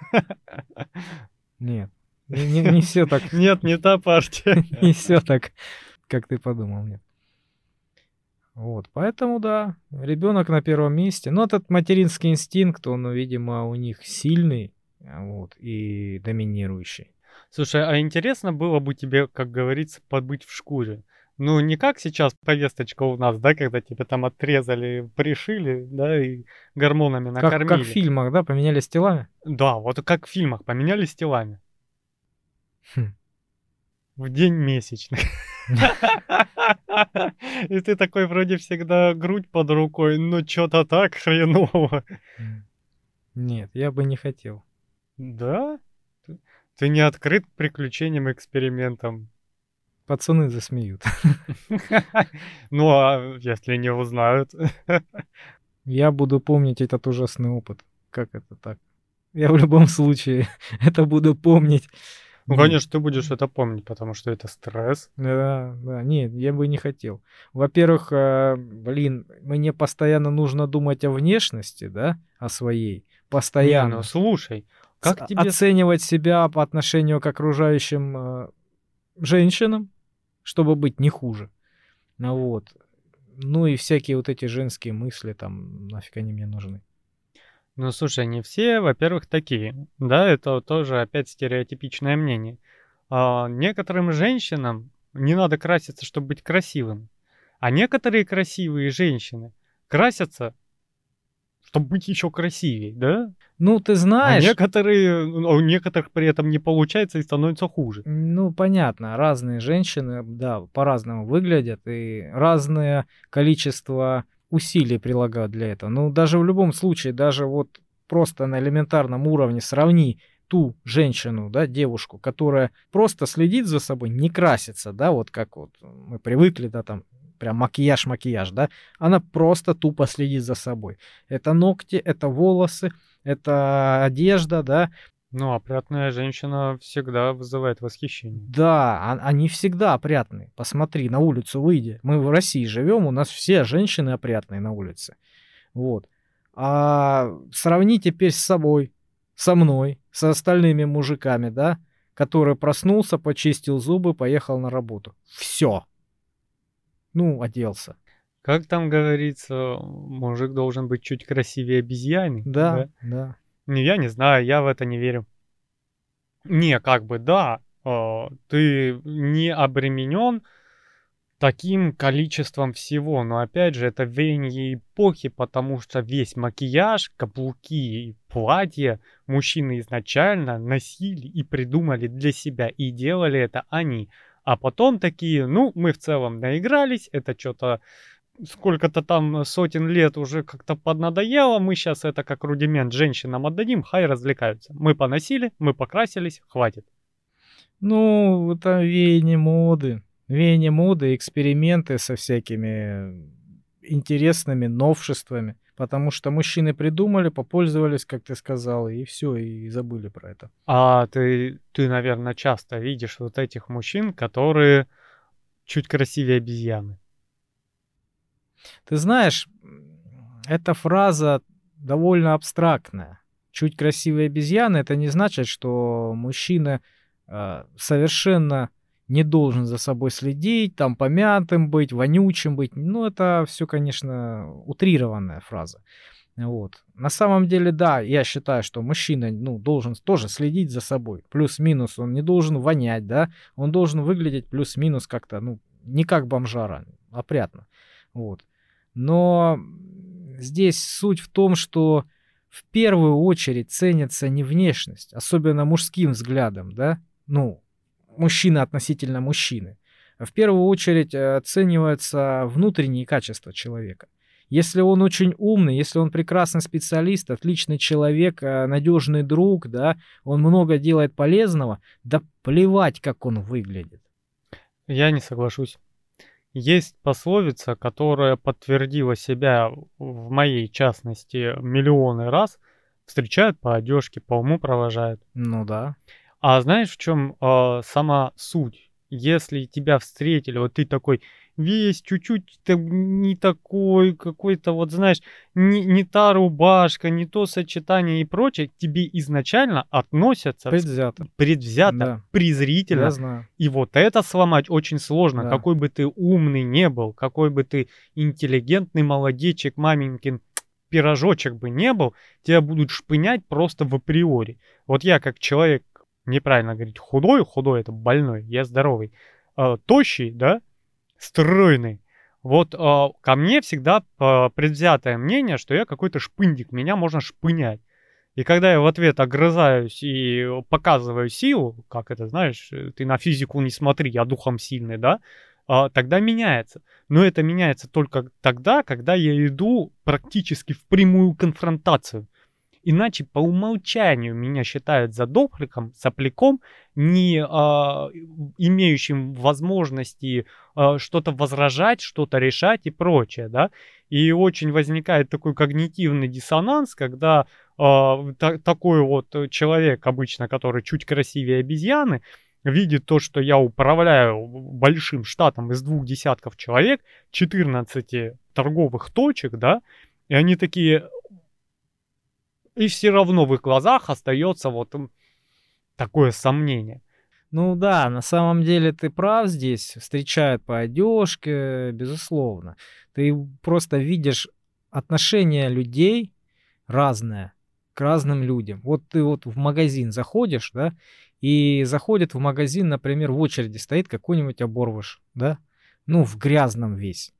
Нет, не все так, Нет, не та партия. не все так, как ты подумал, нет. Вот, поэтому да, ребенок на первом месте. Но этот материнский инстинкт, он, видимо, у них сильный, вот, и доминирующий. Слушай, а интересно было бы тебе, как говорится, побыть в шкуре? Ну, не как сейчас повесточка у нас, да, когда тебе там отрезали, пришили, да, и гормонами накормили. Как в фильмах, да, поменялись телами? Да, вот как в фильмах, поменялись телами. Хм. В день месячных. И ты такой вроде всегда грудь под рукой, но что-то так хреново. Нет, я бы не хотел. Да? Ты не открыт к приключениям, экспериментам. Пацаны засмеют. Ну, а если не узнают? Я буду помнить этот ужасный опыт. Как это так? Я в любом случае это буду помнить. Ну, Нет. конечно, ты будешь это помнить, потому что это стресс. Да, да, нет, я бы не хотел. Во-первых, мне постоянно нужно думать о внешности, да, о своей, Не, ну постоянно. слушай, как тебе... Оценивать себя по отношению к окружающим женщинам, чтобы быть не хуже. Ну вот. Ну и всякие вот эти женские мысли, там, нафиг они мне нужны. Ну, слушай, не все, во-первых, такие. Да, это вот тоже опять стереотипичное мнение. Некоторым женщинам не надо краситься, чтобы быть красивым. А некоторые красивые женщины красятся, чтобы быть еще красивее, да? Ну, ты А знаешь, некоторые, у некоторых при этом не получается и становится хуже. ну, понятно, разные женщины, да, по-разному выглядят, и разное количество усилий прилагают для этого. Ну, даже в любом случае, даже вот просто на элементарном уровне сравни ту женщину, да, девушку, которая просто следит за собой, не красится, да, вот как вот мы привыкли, да, там, прям макияж, да, она просто тупо следит за собой. Это ногти, это волосы, это одежда, да. Ну, опрятная женщина всегда вызывает восхищение. Да, они всегда опрятные. Посмотри, на улицу выйди. Мы в России живем, у нас все женщины опрятные на улице. Вот. А сравни теперь с собой, со мной, со остальными мужиками, да, который проснулся, почистил зубы, поехал на работу. Все. Ну, оделся. Как там говорится, мужик должен быть чуть красивее обезьяны, Да, да? да. Не, я не знаю, я в это не верю. Не, как бы да, ты не обременен таким количеством всего, но опять же, это веяние эпохи, потому что весь макияж, каблуки и платья мужчины изначально носили и придумали для себя, и делали это они. А потом такие, ну, мы в целом наигрались, это что-то сколько-то там сотен лет уже как-то поднадоело, мы сейчас это как рудимент женщинам отдадим, хай развлекаются. Мы поносили, мы покрасились, хватит. Ну, это веяние моды. Веяние моды, эксперименты со всякими интересными новшествами. Потому что мужчины придумали, попользовались, как ты сказал, и все, и забыли про это. А ты, наверное, часто видишь вот этих мужчин, которые чуть красивее обезьяны. Ты знаешь, эта фраза довольно абстрактная. Чуть красивые обезьяны, это не значит, что мужчина совершенно не должен за собой следить, там помятым быть, вонючим быть. Ну, это все, конечно, утрированная фраза. Вот. На самом деле, да, я считаю, что мужчина, ну, должен тоже следить за собой. Плюс-минус, он не должен вонять, да, он должен выглядеть плюс-минус как-то, ну, не как бомжара, опрятно. Вот. Но здесь суть в том, что в первую очередь ценится не внешность, особенно мужским взглядом, да, ну, мужчина относительно мужчины. А в первую очередь оцениваются внутренние качества человека. Если он очень умный, если он прекрасный специалист, отличный человек, надежный друг, да, он много делает полезного, да плевать, как он выглядит. Я не соглашусь. Есть пословица, которая подтвердила себя в моей частности миллионы раз. Встречают по одежке, по уму провожают. Ну да. А знаешь, в чем сама суть? Если тебя встретили, вот ты такой весь чуть-чуть не такой, какой-то вот, знаешь, не та рубашка, не то сочетание и прочее, к тебе изначально относятся Предвзято. предвзято, Да. Я презрительно. знаю. И вот это сломать очень сложно. Да. Какой бы ты умный не был, какой бы ты интеллигентный молодечек, маменькин пирожочек бы не был, тебя будут шпынять просто в априори. Вот я как человек, неправильно говорить, худой это больной, я здоровый, тощий, да, стройный. Вот ко мне всегда предвзятое мнение, что я какой-то шпындик, меня можно шпынять. И когда я в ответ огрызаюсь и показываю силу, как это, знаешь, ты на физику не смотри, я духом сильный, да, тогда меняется. Но это меняется только тогда, когда я иду практически в прямую конфронтацию. Иначе по умолчанию меня считают задохликом, сопляком, не имеющим возможности что-то возражать, что-то решать и прочее, да. И очень возникает такой когнитивный диссонанс, когда такой вот человек обычно, который чуть красивее обезьяны, видит то, что я управляю большим штатом из 2 десятков человек, 14 торговых точек, да, и они такие, и все равно в их глазах остается вот такое сомнение. Ну да, на самом деле ты прав здесь. Встречают по одежке, безусловно. Ты просто видишь отношение людей разное к разным людям. Вот ты вот в магазин заходишь, да, и заходит в магазин, например, в очереди стоит какой-нибудь оборвыш, да, ну, в грязном весь,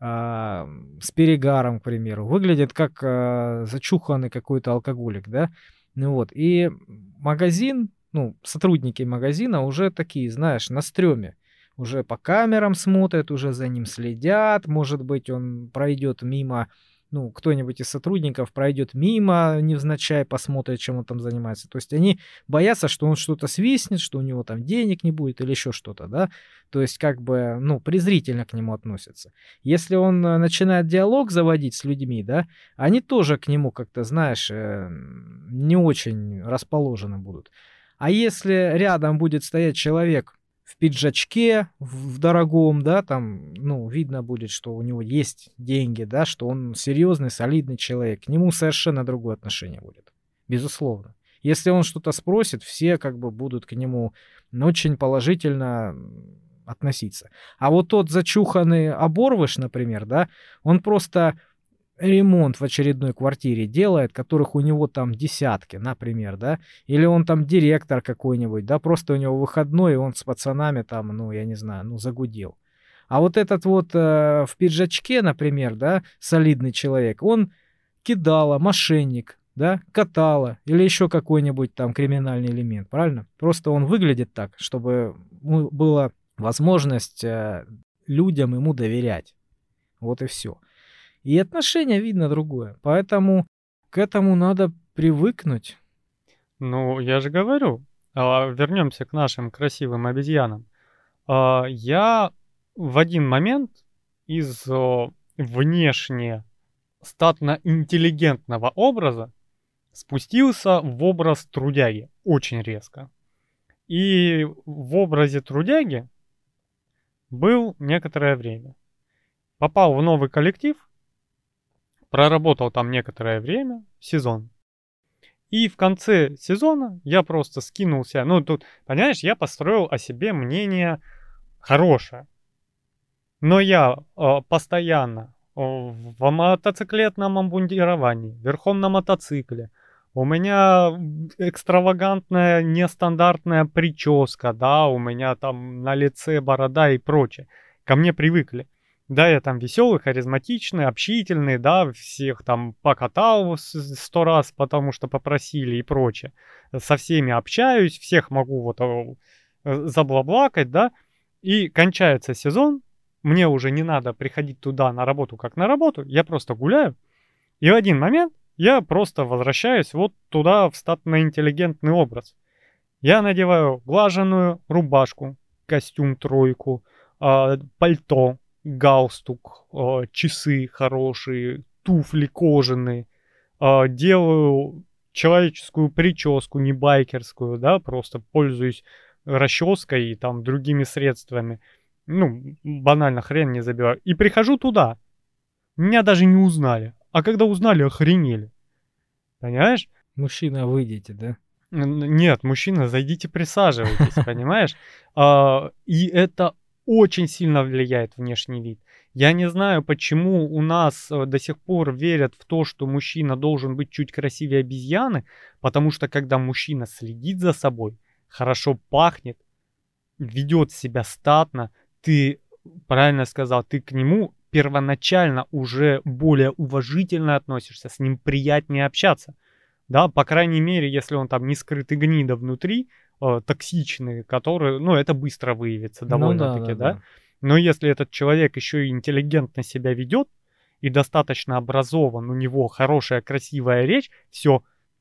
с перегаром, к примеру, выглядит как зачуханный какой-то алкоголик, да, ну вот, и магазин, ну, сотрудники магазина уже такие, знаешь, на стрёме, уже по камерам смотрят, уже за ним следят, может быть, он пройдет мимо, ну, кто-нибудь из сотрудников пройдет мимо, невзначай посмотрит, чем он там занимается. То есть они боятся, что он что-то свистнет, что у него там денег не будет или еще что-то, да. То есть как бы, ну, презрительно к нему относятся. Если он начинает диалог заводить с людьми, да, они тоже к нему как-то, знаешь, не очень расположены будут. А если рядом будет стоять человек в пиджачке, в дорогом, да, там, ну, видно будет, что у него есть деньги, да, что он серьезный, солидный человек, к нему совершенно другое отношение будет, безусловно. Если он что-то спросит, все как бы будут к нему очень положительно относиться. А вот тот зачуханный оборвыш, например, да, он просто ремонт в очередной квартире делает, которых у него там десятки, например, да, или он там директор какой-нибудь, да, просто у него выходной, и он с пацанами там, ну, я не знаю, ну, загудел. А вот этот вот в пиджачке, например, да, солидный человек, он кидала, мошенник, да, катала или еще какой-нибудь там криминальный элемент, правильно? Просто он выглядит так, чтобы была возможность людям ему доверять. Вот и все. И отношение видно другое. Поэтому к этому надо привыкнуть. Ну, я же говорю, вернемся к нашим красивым обезьянам. Я в один момент из внешне статно-интеллигентного образа спустился в образ трудяги очень резко. И в образе трудяги был некоторое время. Попал в новый коллектив, проработал там некоторое время, сезон. И в конце сезона я просто скинулся. Ну, тут, понимаешь, я построил о себе мнение хорошее. Но я постоянно в мотоциклетном обмундировании, верхом на мотоцикле. У меня экстравагантная, нестандартная прическа, да, у меня там на лице борода и прочее. Ко мне привыкли. Да, я там веселый, харизматичный, общительный, да, всех там покатал 100 раз, потому что попросили и прочее. Со всеми общаюсь, всех могу вот заблаблакать, да. И кончается сезон, мне уже не надо приходить туда на работу как на работу, я просто гуляю. И в один момент я просто возвращаюсь вот туда в статно-интеллигентный образ. Я надеваю глаженную рубашку, костюм тройку, пальто, галстук, часы хорошие, туфли кожаные, делаю человеческую прическу, не байкерскую, да, просто пользуюсь расческой и там другими средствами. Ну, банально хрен не забиваю. И прихожу туда. Меня даже не узнали. А когда узнали, охренели. Понимаешь? Мужчина, выйдите, да? Нет, мужчина, зайдите, присаживайтесь, понимаешь? И это очень сильно влияет внешний вид. Я не знаю, почему у нас до сих пор верят в то, что мужчина должен быть чуть красивее обезьяны, потому что когда мужчина следит за собой, хорошо пахнет, ведет себя статно, ты правильно сказал, ты к нему первоначально уже более уважительно относишься, с ним приятнее общаться. Да, по крайней мере, если он там не скрытый гнида внутри, токсичный, который, ну, это быстро выявится довольно-таки, Ну да. Но если этот человек еще и интеллигентно себя ведет и достаточно образован, у него хорошая, красивая речь, все,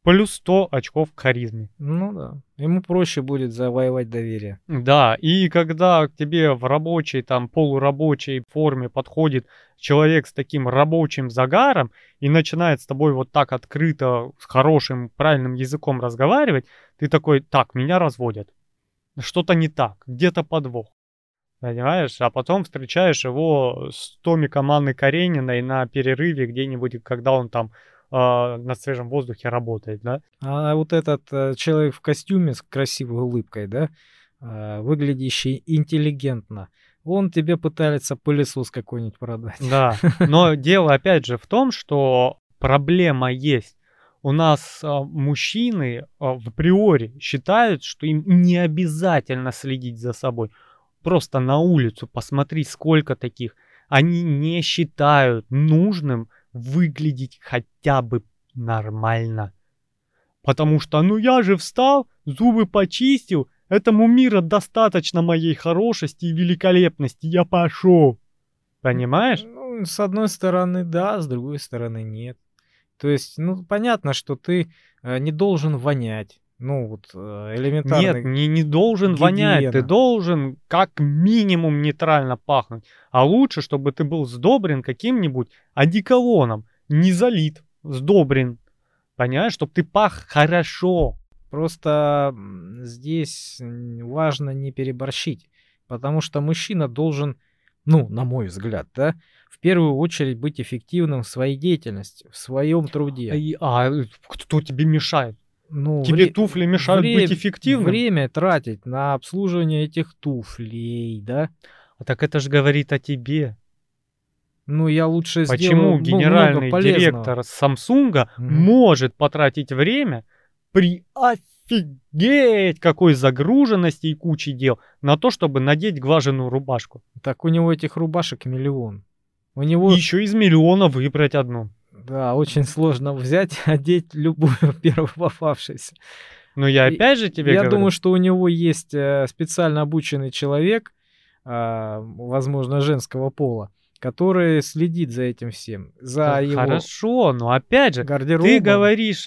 плюс 100 очков к харизме. Ну да. Ему проще будет завоевать доверие. Да, и когда к тебе в рабочей, там, полурабочей форме подходит человек с таким рабочим загаром и начинает с тобой вот так открыто, с хорошим, правильным языком разговаривать, ты такой, так, меня разводят. Что-то не так, где-то подвох. Понимаешь? А потом встречаешь его с томиком Анны Карениной на перерыве где-нибудь, когда он там на свежем воздухе работает, да? А вот этот человек в костюме с красивой улыбкой, да, выглядящий интеллигентно, он тебе пытается пылесос какой-нибудь продать. Да, но дело опять же в том, что проблема есть. У нас мужчины в априори считают, что им не обязательно следить за собой. Просто на улицу посмотри, сколько таких. Они не считают нужным выглядеть хотя бы нормально. Потому что, ну я же встал, зубы почистил, этому мира достаточно моей хорошести и великолепности, я пошел. Понимаешь? Ну, с одной стороны, да, с другой стороны, нет. То есть, ну, понятно, что ты не должен вонять. Ну, вот Нет, элементарно не должен вонять, ты гигиена. должен как минимум нейтрально пахнуть. А лучше, чтобы ты был сдобрен каким-нибудь одеколоном, не залит, сдобрен. Понимаешь, чтобы ты пах хорошо. Просто здесь важно не переборщить, потому что мужчина должен, ну, на мой взгляд, да, в первую очередь быть эффективным в своей деятельности, в своем труде. Кто тебе мешает? Ну, Тебе туфли мешают быть эффективным? время тратить на обслуживание этих туфлей, да. А так это же говорит о тебе. Ну, я лучше сделаю Почему много генеральный полезного. директор Samsung Мгм. может потратить время при офигеть какой загруженности и куче дел на то, чтобы надеть глаженую рубашку? Так у него этих рубашек миллион. У И него, еще из миллиона выбрать одну. да, очень сложно взять, одеть любую первую попавшуюся. Но я И опять же тебе я говорю, думаю, что у него есть специально обученный человек, возможно, женского пола, который следит за этим всем, за его хорошо, но опять же, ты гардеробом. говоришь,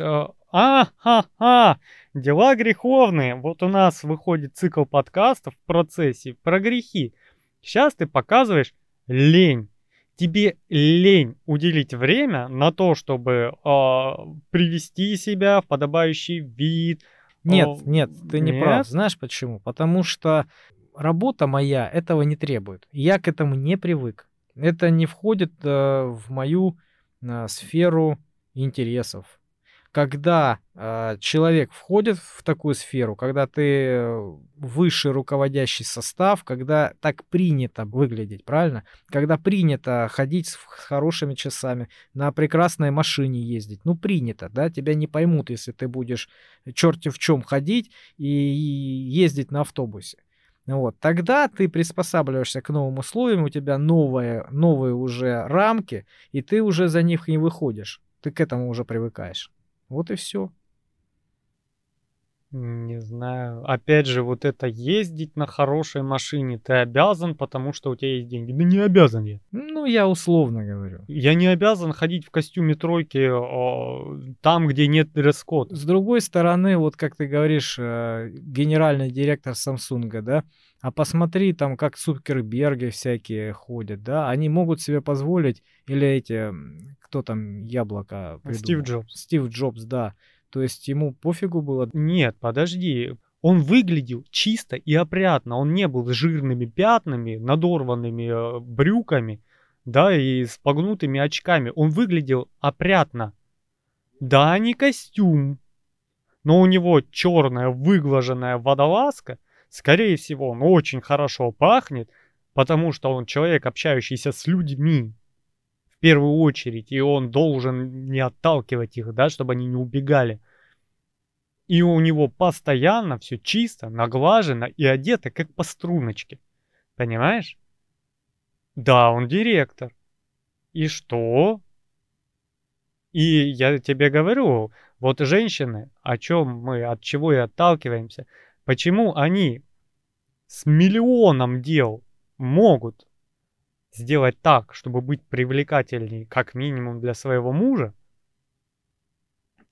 дела греховные. Вот у нас выходит цикл подкастов в процессе про грехи. Сейчас ты показываешь лень. Тебе лень уделить время на то, чтобы привести себя в подобающий вид. Нет, ты не прав. Нет? Знаешь почему? Потому что работа моя этого не требует. Я к этому не привык. Это не входит в мою сферу интересов. Когда человек входит в такую сферу, когда ты высший руководящий состав, когда так принято выглядеть, правильно? Когда принято ходить с хорошими часами, на прекрасной машине ездить. Ну, принято, да? Тебя не поймут, если ты будешь черти в чем ходить и ездить на автобусе. Вот, тогда ты приспосабливаешься к новым условиям, у тебя новые уже рамки, и ты уже за них не выходишь. Ты к этому уже привыкаешь. Вот и все. Не знаю. Опять же, вот это ездить на хорошей машине ты обязан, потому что у тебя есть деньги. Да не обязан я. Ну, я условно говорю. Я не обязан ходить в костюме тройки там, где нет дресс-кода. С другой стороны, вот как ты говоришь, генеральный директор Samsung, да, а посмотри там, как Цукерберги всякие ходят, да, они могут себе позволить, или эти, кто там яблоко придумал? Стив Джобс. Стив Джобс, да. То есть ему пофигу было. Нет, подожди. Он выглядел чисто и опрятно. Он не был с жирными пятнами, надорванными брюками, да, и с погнутыми очками. Он выглядел опрятно. Да, не костюм, но у него черная выглаженная водолазка. Скорее всего, он очень хорошо пахнет, потому что он человек, общающийся с людьми в первую очередь, и он должен не отталкивать их, да, чтобы они не убегали. И у него постоянно все чисто, наглажено и одето как по струночке. Понимаешь? Да, он директор. И что? И я тебе говорю, вот женщины, о чем мы, от чего и отталкиваемся, почему они с миллионом дел могут сделать так, чтобы быть привлекательней как минимум для своего мужа,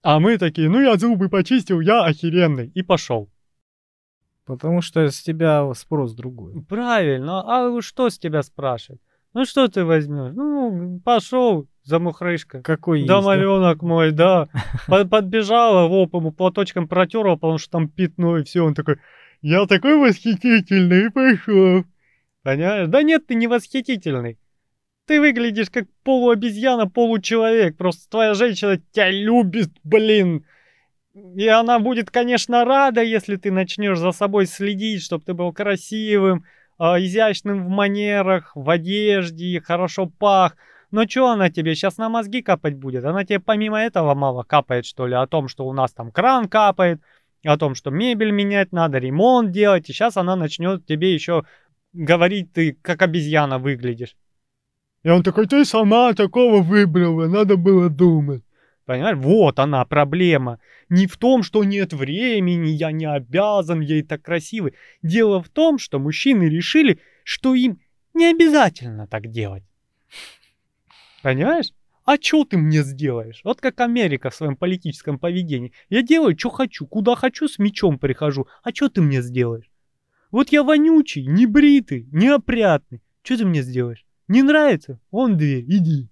А мы такие, ну я зубы почистил, я охеренный. И пошел. Потому что с тебя спрос другой. Правильно, а что с тебя спрашивают? Ну что ты возьмешь? Ну, пошел, замухрышка. Какой есть, да? Домовенок мой, да. Подбежала, ему платочком протерла, потому что там пятно, и все. Он такой, я такой восхитительный, и пошел. Понимаешь? Да нет, ты не восхитительный. Ты выглядишь как полуобезьяна, получеловек. Просто твоя женщина тебя любит, блин. И она будет, конечно, рада, если ты начнешь за собой следить, чтобы ты был красивым, изящным в манерах, в одежде, хорошо пах. Но что она тебе сейчас на мозги капать будет? Она тебе помимо этого мало капает, что ли, о том, что у нас там кран капает, о том, что мебель менять надо, ремонт делать. И сейчас она начнет тебе еще говорить, ты как обезьяна выглядишь. И он такой, ты сама такого выбрала, надо было думать. Понимаешь, вот она проблема. Не в том, что нет времени, я не обязан ей так красивый. Дело в том, что мужчины решили, что им не обязательно так делать. Понимаешь? А что ты мне сделаешь? Вот как Америка в своем политическом поведении. Я делаю, что хочу, куда хочу, с мечом прихожу. А что ты мне сделаешь? Вот я вонючий, небритый, неопрятный. Что ты мне сделаешь? Не нравится? Вон дверь, иди.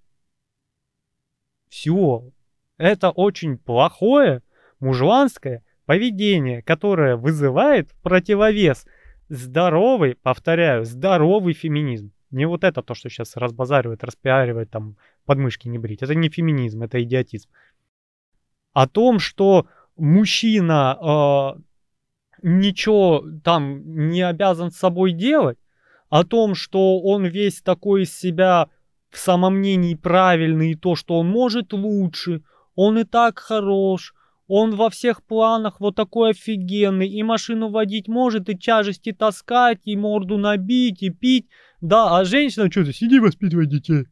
Все. Это очень плохое мужланское поведение, которое вызывает в противовес здоровый, повторяю, здоровый феминизм. Не вот это то, что сейчас разбазаривает, распиаривает, там, подмышки не брить. Это не феминизм, это идиотизм. О том, что мужчина ничего там не обязан с собой делать, о том, что он весь такой из себя в самомнении правильный, и то, что он может лучше, он и так хорош, он во всех планах вот такой офигенный, и машину водить может, и тяжести таскать, и морду набить, и пить. Да, а женщина, что ты, сиди воспитывай детей.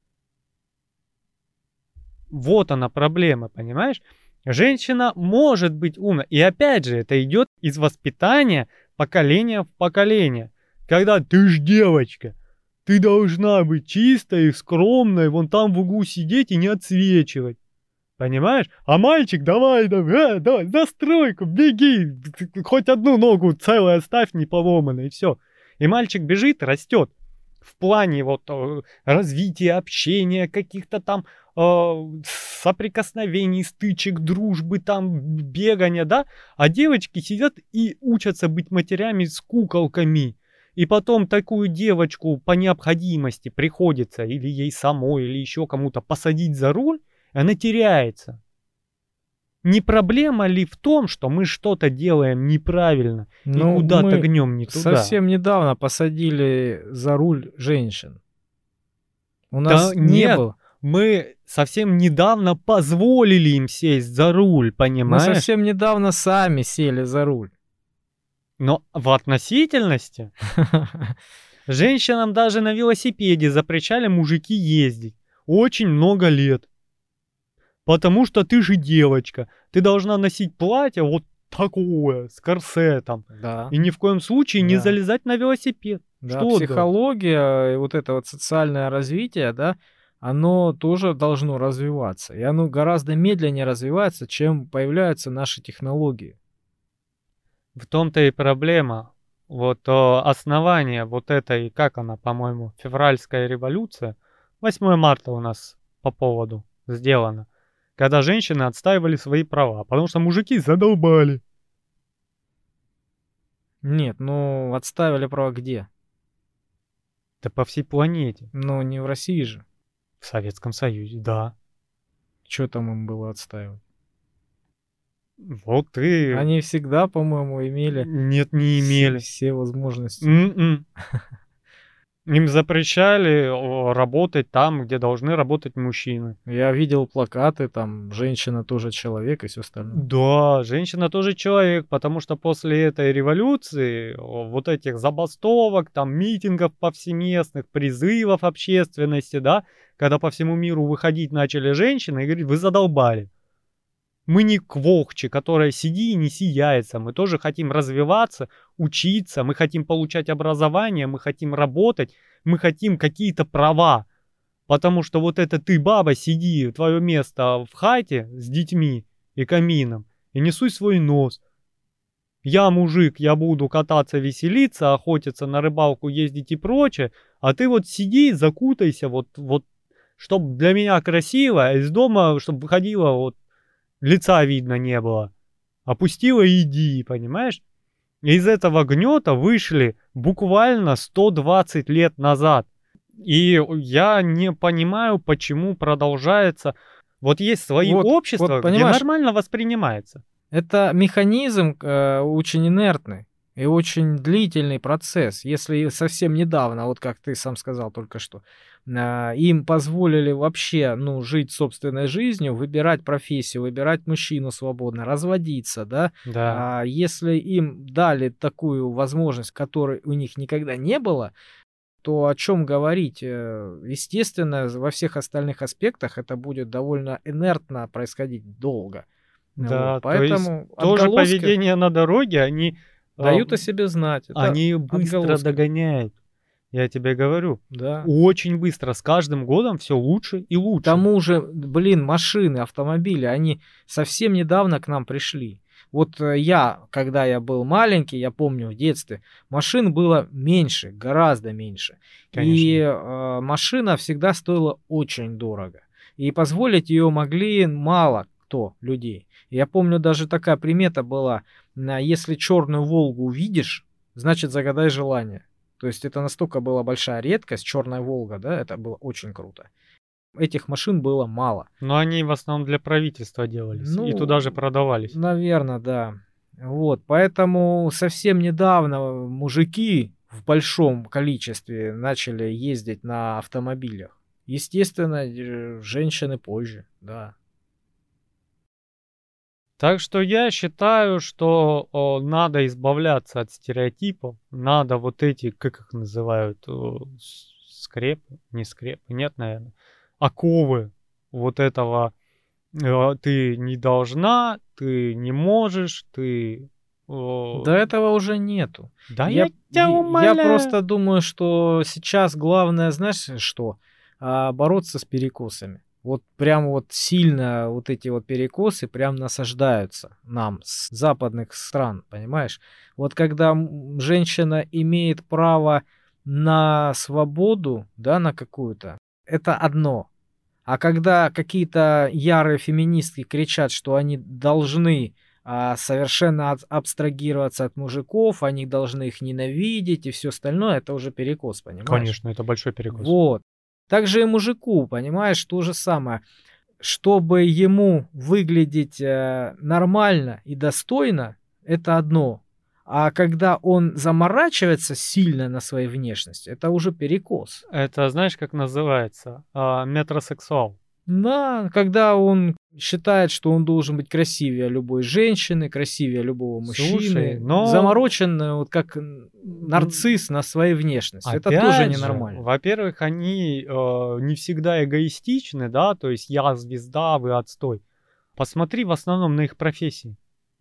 Вот она проблема, понимаешь? Женщина может быть умна. И опять же, это идет из воспитания поколения в поколение. Когда ты ж девочка, ты должна быть чистой, скромной, вон там в углу сидеть и не отсвечивать. Понимаешь? А мальчик, давай, давай, за стройку, беги, хоть одну ногу целую оставь, не поломанной, и все. И мальчик бежит, растет. В плане вот развития, общения, каких-то там соприкосновений, стычек, дружбы, там, бегания, да? А девочки сидят и учатся быть матерями с куколками. И потом такую девочку по необходимости приходится или ей самой, или еще кому-то посадить за руль, и она теряется. Не проблема ли в том, что мы что-то делаем неправильно и куда-то гнем не туда? Совсем недавно посадили за руль женщин. У нас не было. Мы совсем недавно позволили им сесть за руль, понимаешь? Мы совсем недавно сами сели за руль. Но в относительности женщинам даже на велосипеде запрещали мужики ездить. Очень много лет. Потому что ты же девочка. Ты должна носить платье вот такое, с корсетом. Да. И ни в коем случае не залезать на велосипед. Да, что психология и вот это вот социальное развитие, да, оно тоже должно развиваться. И оно гораздо медленнее развивается, чем появляются наши технологии. В том-то и проблема. Вот основание вот этой, как она, по-моему, февральская революция, 8 марта у нас по поводу сделано, когда женщины отстаивали свои права, потому что мужики задолбали. Нет, ну отстаивали права где? Да по всей планете. Ну не в России же. В Советском Союзе, да. Что там им было отстаивать? Вот и... Они всегда, по-моему, имели... Нет, не имели. Все возможности. Им запрещали работать там, где должны работать мужчины. Я видел плакаты, там, женщина тоже человек и все остальное. Да, женщина тоже человек, потому что после этой революции, вот этих забастовок, там, митингов повсеместных, призывов общественности, да, когда по всему миру выходить начали женщины и говорить, вы задолбали. Мы не квохчи, которая сиди и неси яйца. Мы тоже хотим развиваться, учиться, мы хотим получать образование, мы хотим работать, мы хотим какие-то права. Потому что вот это ты, баба, сиди, твое место в хате с детьми и камином, и не суй свой нос. Я мужик, я буду кататься, веселиться, охотиться на рыбалку, ездить и прочее, а ты вот сиди, закутайся, вот, чтобы для меня красиво, а из дома, чтобы выходила, вот, лица видно не было. Опустила и иди, понимаешь? И из этого гнета вышли буквально 120 лет назад. И я не понимаю, почему продолжается. Вот есть свои общества, где нормально воспринимается. Это механизм очень инертный и очень длительный процесс. Если совсем недавно, вот как ты сам сказал только что, им позволили вообще, ну, жить собственной жизнью, выбирать профессию, выбирать мужчину свободно, разводиться, да? Да. Если им дали такую возможность, которой у них никогда не было, то о чем говорить? Естественно, во всех остальных аспектах это будет довольно инертно происходить долго. Да, вот, поэтому то есть тоже поведение на дороге, они дают о себе знать. Это они быстро отголоски. Догоняют. Я тебе говорю. Да. Очень быстро. С каждым годом все лучше и лучше. К тому же, машины, автомобили, они совсем недавно к нам пришли. Вот когда я был маленький, я помню в детстве, машин было меньше, гораздо меньше. Конечно. И машина всегда стоила очень дорого. И позволить ее могли мало кто людей. Я помню, даже такая примета была: если черную Волгу увидишь, значит загадай желание. То есть это настолько была большая редкость, черная Волга, да, это было очень круто. Этих машин было мало. Но они в основном для правительства делались, Ну, и туда же продавались. Наверное, да. Вот, поэтому совсем недавно мужики в большом количестве начали ездить на автомобилях. Естественно, женщины позже, да. Так что я считаю, что надо избавляться от стереотипов, надо вот эти, как их называют, скрепы, не скрепы, нет, наверное, оковы вот этого, ты не должна, ты не можешь, ты... Да этого уже нету. Да я тебя умоляю. Я просто думаю, что сейчас главное, знаешь что? Бороться с перекосами. Вот прям вот сильно вот эти вот перекосы прям насаждаются нам с западных стран, понимаешь? Вот когда женщина имеет право на свободу, да, на какую-то, это одно. А когда какие-то ярые феминистки кричат, что они должны совершенно абстрагироваться от мужиков, они должны их ненавидеть и все остальное, это уже перекос, понимаешь? Конечно, это большой перекос. Вот. Также и мужику, понимаешь, то же самое. Чтобы ему выглядеть нормально и достойно, это одно. А когда он заморачивается сильно на своей внешности, это уже перекос. Это знаешь, как называется? Метросексуал. Да, когда он считает, что он должен быть красивее любой женщины, красивее любого мужчины. Слушай, но... Заморочен, вот как нарцисс на своей внешности. Это тоже ненормально. Во-первых, они не всегда эгоистичны, да, то есть я звезда, вы отстой. Посмотри в основном на их профессии.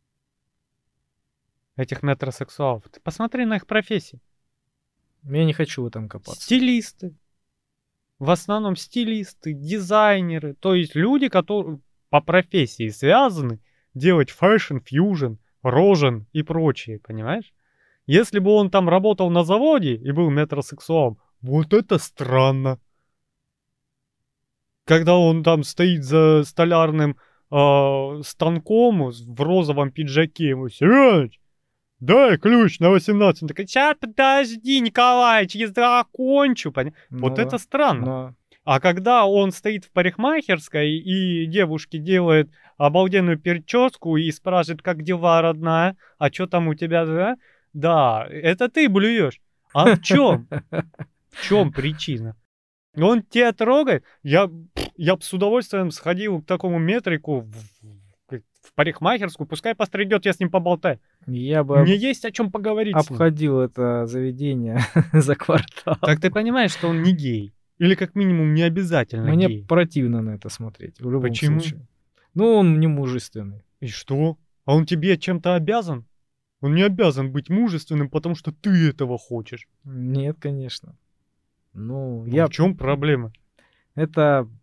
Этих метросексуалов. Ты посмотри на их профессии. Я не хочу в этом копаться. Стилисты. В основном стилисты, дизайнеры, то есть люди, которые по профессии связаны, делать фэшн, фьюжн, рожен и прочее, понимаешь? Если бы он там работал на заводе и был метросексуалом, вот это странно. Когда он там стоит за столярным станком в розовом пиджаке, ему: Семёныч, дай ключ на 18. Он такой: сейчас, подожди, Николаич, я закончу. Вот это странно. А когда он стоит в парикмахерской и девушке делает обалденную прическу и спрашивает: как дела, родная? А что там у тебя, да? Да, это ты блюешь. А в чем? В чем причина? Он тебя трогает. Я бы с удовольствием сходил к такому метрику в парикмахерскую, пускай постройдет, я с ним поболтаю. Мне есть о чем поговорить. Обходил это заведение за квартал. Так ты понимаешь, что он не гей? Или как минимум не обязательно Мне гей? противно на это смотреть. В любом Почему? случае. Ну, он не мужественный. И что? А он тебе чем-то обязан? Он не обязан быть мужественным, потому что ты этого хочешь. Нет, конечно. В чем проблема? Это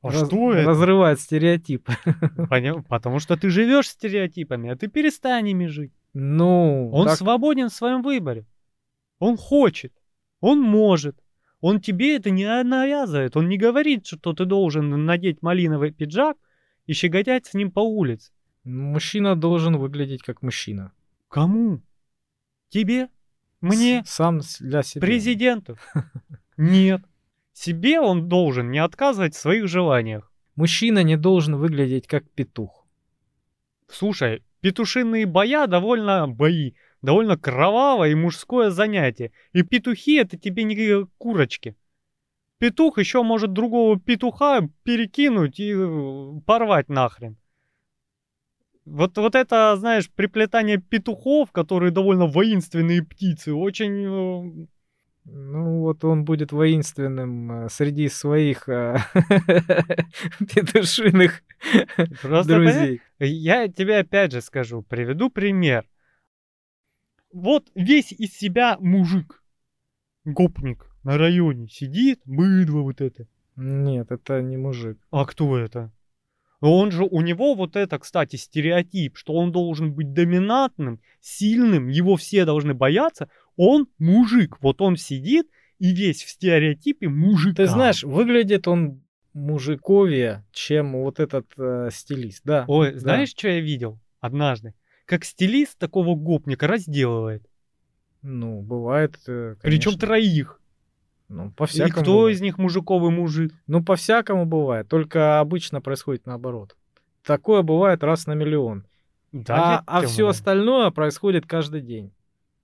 А что это? Разрывает стереотипы. Потому что ты живешь стереотипами, а ты перестань ими жить. Ну, Он так свободен в своем выборе. Он хочет, он может. Он тебе это не навязывает. Он не говорит, что ты должен надеть малиновый пиджак и щеголять с ним по улице. мужчина должен выглядеть как мужчина. Кому? Тебе? Мне? Сам для себя. Президенту? Нет. Себе он должен не отказывать в своих желаниях. Мужчина не должен выглядеть как петух. Слушай, петушиные бои довольно кровавое и мужское занятие. И петухи это тебе не курочки. Петух еще может другого петуха перекинуть и порвать нахрен. Вот это, знаешь, приплетание петухов, которые довольно воинственные птицы, очень... Ну вот он будет воинственным среди своих петушиных Просто, друзей. я тебе опять же скажу, приведу пример. Вот весь из себя мужик, гопник на районе сидит, быдло вот это. Нет, это не мужик. А кто это? Он же, у него вот это, кстати, стереотип, что он должен быть доминантным, сильным, его все должны бояться. Он мужик, вот он сидит и весь в стереотипе мужика. Ты знаешь, выглядит он мужиковее, чем вот этот стилист, да. Ой, да. знаешь, что я видел однажды? Как стилист такого гопника разделывает. Ну, бывает, Причем конечно. троих. Ну, И по-всякому кто бывает. из них мужиковый мужик? Ну, по-всякому бывает, только обычно происходит наоборот. Такое бывает раз на миллион. Да, А все остальное происходит каждый день.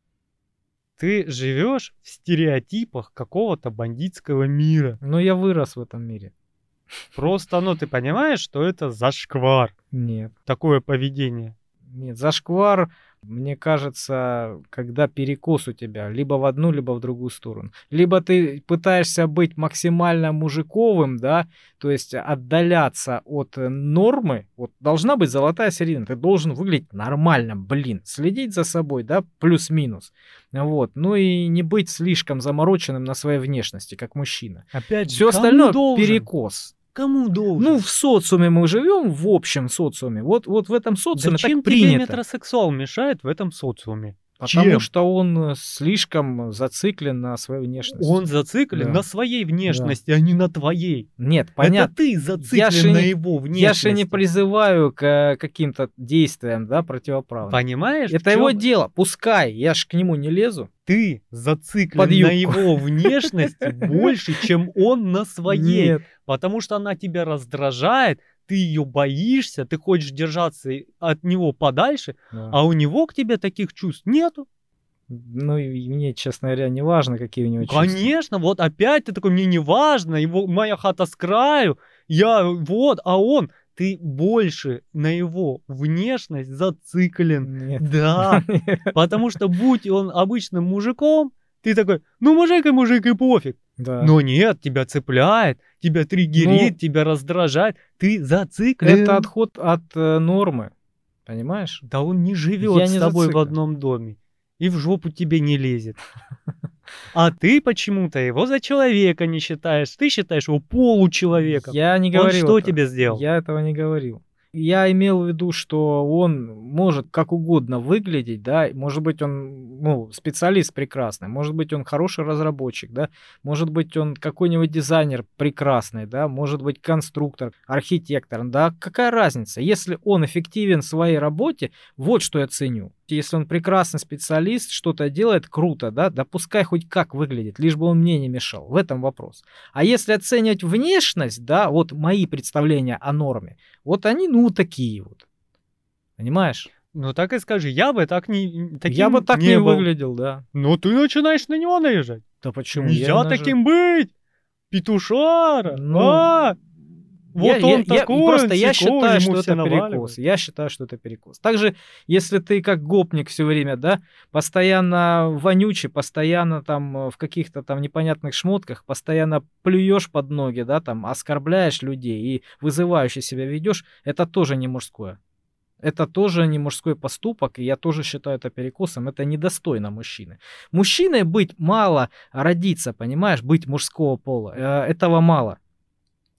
Ты живешь в стереотипах какого-то бандитского мира. Но я вырос в этом мире. Просто, ну, ты понимаешь, что это зашквар, Нет. такое поведение. Нет, зашквар, мне кажется, когда перекос у тебя либо в одну, либо в другую сторону. Либо ты пытаешься быть максимально мужиковым, да, то есть отдаляться от нормы. Вот должна быть золотая середина. Ты должен выглядеть нормально, следить за собой, да, плюс-минус. Вот. Ну и не быть слишком замороченным на своей внешности, как мужчина. Опять же, Все кому остальное должен? перекос. Кому должен? Ну, в социуме мы живем, в общем социуме. Вот в этом социуме да чем так принято. тебе метросексуал мешает в этом социуме? Потому Чем? что он слишком зациклен на своей внешности. Он зациклен Да. на своей внешности, а не на твоей. Нет, понятно. Это ты зациклен на его внешности. Я же не призываю к каким-то действиям, да, противоправным. Понимаешь? Это его дело. Пускай, я ж к нему не лезу. Ты зациклен Под на юбку. его внешности больше, чем он на своей. Нет. Потому что она тебя раздражает, ты ее боишься, ты хочешь держаться от него подальше, Да. а у него к тебе таких чувств нету. Ну, и мне, честно говоря, не важно, какие у него чувства. Конечно, вот опять ты такой, мне не важно, моя хата с краю, а он, ты больше на его внешность зациклен. Нет. Да, потому что будь он обычным мужиком, ты такой, ну мужик и пофиг. Да. Но нет, тебя цепляет, тебя триггерит, Ну, тебя раздражает, ты зациклен. Это отход от нормы, понимаешь? Да он не живет Я с не тобой в зациклен. одном доме и в жопу тебе не лезет. А ты почему-то его за человека не считаешь, ты считаешь его получеловеком. Я не Он говорил что этого. тебе сделал? Я этого не говорил. Я имел в виду, что он может как угодно выглядеть, да, может быть, он, ну, специалист прекрасный, может быть, он хороший разработчик, да, может быть, он какой-нибудь дизайнер прекрасный, да, может быть, конструктор, архитектор, да, какая разница, если он эффективен в своей работе, вот что я ценю. Если он прекрасный специалист, что-то делает круто, да, пускай хоть как выглядит, лишь бы он мне не мешал, в этом вопрос. А если оценивать внешность, да, вот мои представления о норме, вот они, ну, такие вот. Понимаешь? Ну так и скажи, я бы так не таким Я бы так не не был. выглядел, да. Но ты начинаешь на него наезжать. Да почему? Нельзя таким быть! Петушара! Ну, Вот он такой, просто он я сякой, считаю, ему что все это наваливают. перекос. Я считаю, что это перекос. Также, если ты как гопник все время, да, постоянно вонючий, постоянно там в каких-то там непонятных шмотках, постоянно плюешь под ноги, да, там оскорбляешь людей и вызывающе себя ведешь, это тоже не мужское. Это тоже не мужской поступок, и я тоже считаю это перекосом. Это недостойно мужчины. Мужчиной быть мало родиться, понимаешь, быть мужского пола. Этого мало.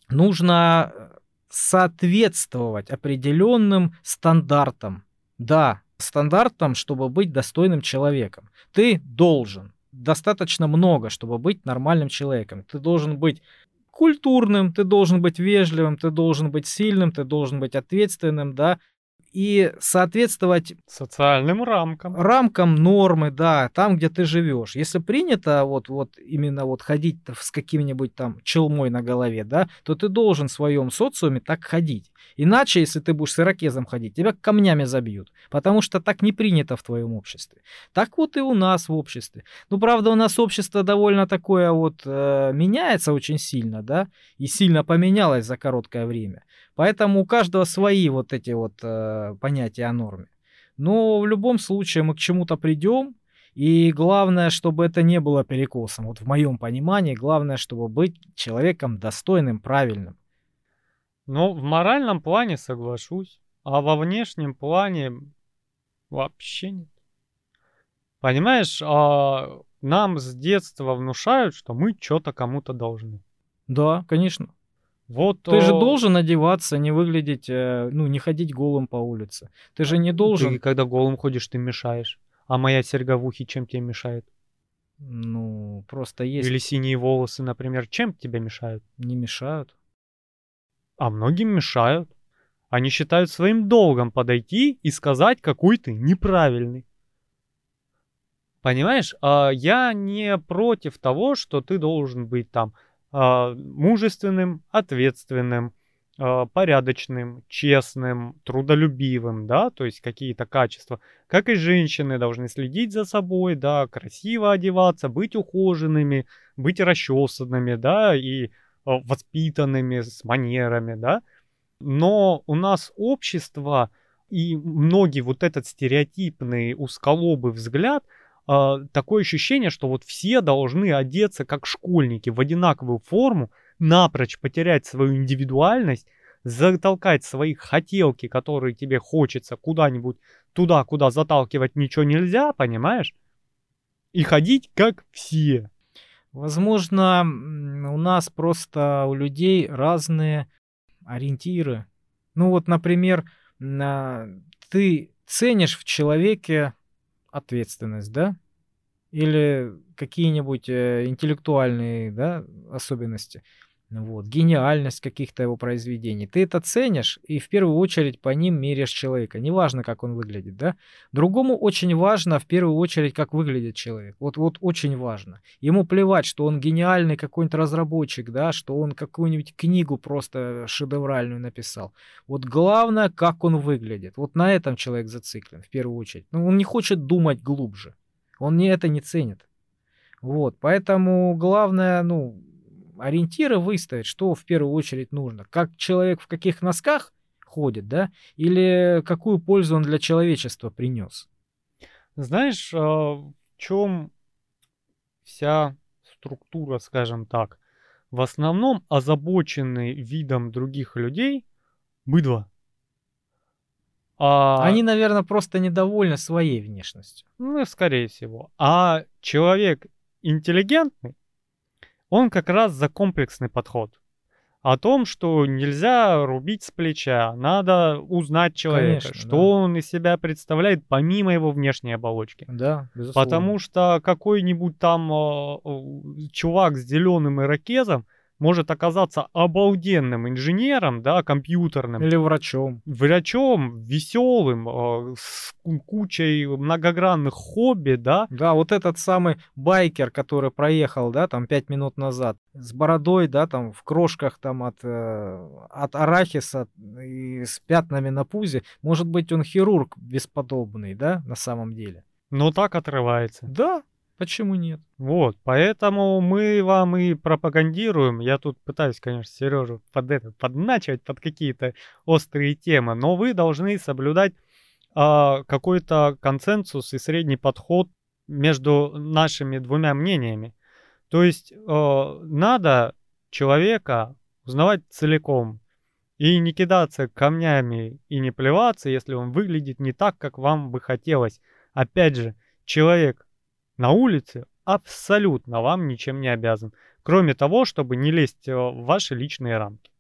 нужно соответствовать определенным стандартам. Да, стандартам, чтобы быть достойным человеком. Ты должен достаточно много, чтобы быть нормальным человеком. Ты должен быть культурным, ты должен быть вежливым, ты должен быть сильным, ты должен быть ответственным, да, и соответствовать Социальным рамкам. рамкам нормы, да, там, где ты живешь. Если принято вот именно вот ходить с каким-нибудь там челмой на голове, да, то ты должен в своем социуме так ходить. Иначе, если ты будешь с ирокезом ходить, тебя камнями забьют, потому что так не принято в твоем обществе. Так вот и у нас в обществе. Ну, правда, у нас общество довольно такое вот меняется очень сильно, да, и сильно поменялось за короткое время. Поэтому у каждого свои вот эти вот понятия о норме. Но в любом случае мы к чему-то придем, и главное, чтобы это не было перекосом. Вот в моем понимании, главное, чтобы быть человеком достойным, правильным. Но в моральном плане соглашусь, а во внешнем плане вообще нет. Понимаешь, нам с детства внушают, что мы что-то кому-то должны. Да, конечно. Вот Ты же должен одеваться, не выглядеть, ну, не ходить голым по улице. Ты же не ты должен, когда голым ходишь, ты мешаешь. А моя серьга в ухе чем тебе мешает? ну, просто есть, Или синие волосы, например, чем тебе мешают? не мешают. А многим мешают. Они считают своим долгом подойти и сказать, какой ты неправильный. Понимаешь, я не против того, что ты должен быть там мужественным, ответственным, порядочным, честным, трудолюбивым, да, то есть какие-то качества. Как и женщины должны следить за собой, да, красиво одеваться, быть ухоженными, быть расчесанными, да, и воспитанными, с манерами, да. Но у нас общество и многие вот этот стереотипный узколобый взгляд, такое ощущение, что вот все должны одеться как школьники в одинаковую форму, напрочь потерять свою индивидуальность, затолкать свои хотелки, которые тебе хочется куда-нибудь туда, куда заталкивать ничего нельзя, понимаешь? И ходить как все. Возможно, у нас просто у людей разные ориентиры. Ну вот, например, ты ценишь в человеке ответственность, да? Или какие-нибудь интеллектуальные, да, особенности. Ну вот, гениальность каких-то его произведений. Ты это ценишь и в первую очередь по ним меряешь человека. Неважно, как он выглядит, да? Другому очень важно в первую очередь, как выглядит человек. Вот очень важно. Ему плевать, что он гениальный какой-нибудь разработчик, да, что он какую-нибудь книгу просто шедевральную написал. Вот главное, как он выглядит. Вот на этом человек зациклен в первую очередь. Ну, он не хочет думать глубже. Он это не ценит. Вот, поэтому главное, ну, ориентиры выставить, что в первую очередь нужно. Как человек в каких носках ходит, да, или какую пользу он для человечества принес. Знаешь, в чем вся структура, скажем так? В основном озабочены видом других людей быдло. А, Они, наверное, просто недовольны своей внешностью. ну, скорее всего. А человек интеллигентный, он как раз за комплексный подход. О том, что нельзя рубить с плеча, надо узнать человека, Конечно, что да. он из себя представляет помимо его внешней оболочки. Да, безусловно. Потому что какой-нибудь там чувак с зеленым ирокезом может оказаться обалденным инженером, да, компьютерным, Или врачом. врачом, веселым, с кучей многогранных хобби, да. Да, вот этот самый байкер, который проехал, да, там 5 минут назад, с бородой, да, там в крошках там от арахиса и с пятнами на пузе, может быть, он хирург бесподобный, да, на самом деле. Но так отрывается. Да, почему нет? Вот, поэтому мы вам и пропагандируем. Я тут пытаюсь, конечно, Сережу подначивать под какие-то острые темы, но вы должны соблюдать какой-то консенсус и средний подход между нашими двумя мнениями. То есть надо человека узнавать целиком и не кидаться камнями и не плеваться, если он выглядит не так, как вам бы хотелось. Опять же, человек на улице абсолютно вам ничем не обязан, кроме того, чтобы не лезть в ваши личные рамки.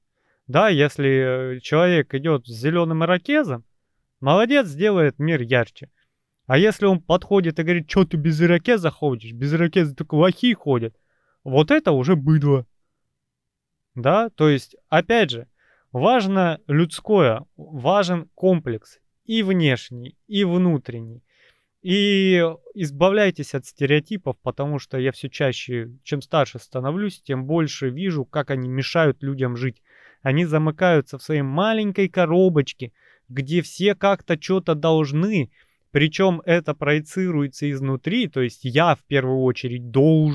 Да, если человек идет с зеленым ирокезом, молодец, сделает мир ярче. А если он подходит и говорит, что ты без ирокеза ходишь, без ирокеза только лохи ходят, вот это уже быдло. Да, то есть, опять же, важно людское, важен комплекс и внешний, и внутренний. И избавляйтесь от стереотипов, потому что я все чаще, чем старше становлюсь, тем больше вижу, как они мешают людям жить. Они замыкаются в своей маленькой коробочке, где все как-то что-то должны, причем это проецируется изнутри, то есть я в первую очередь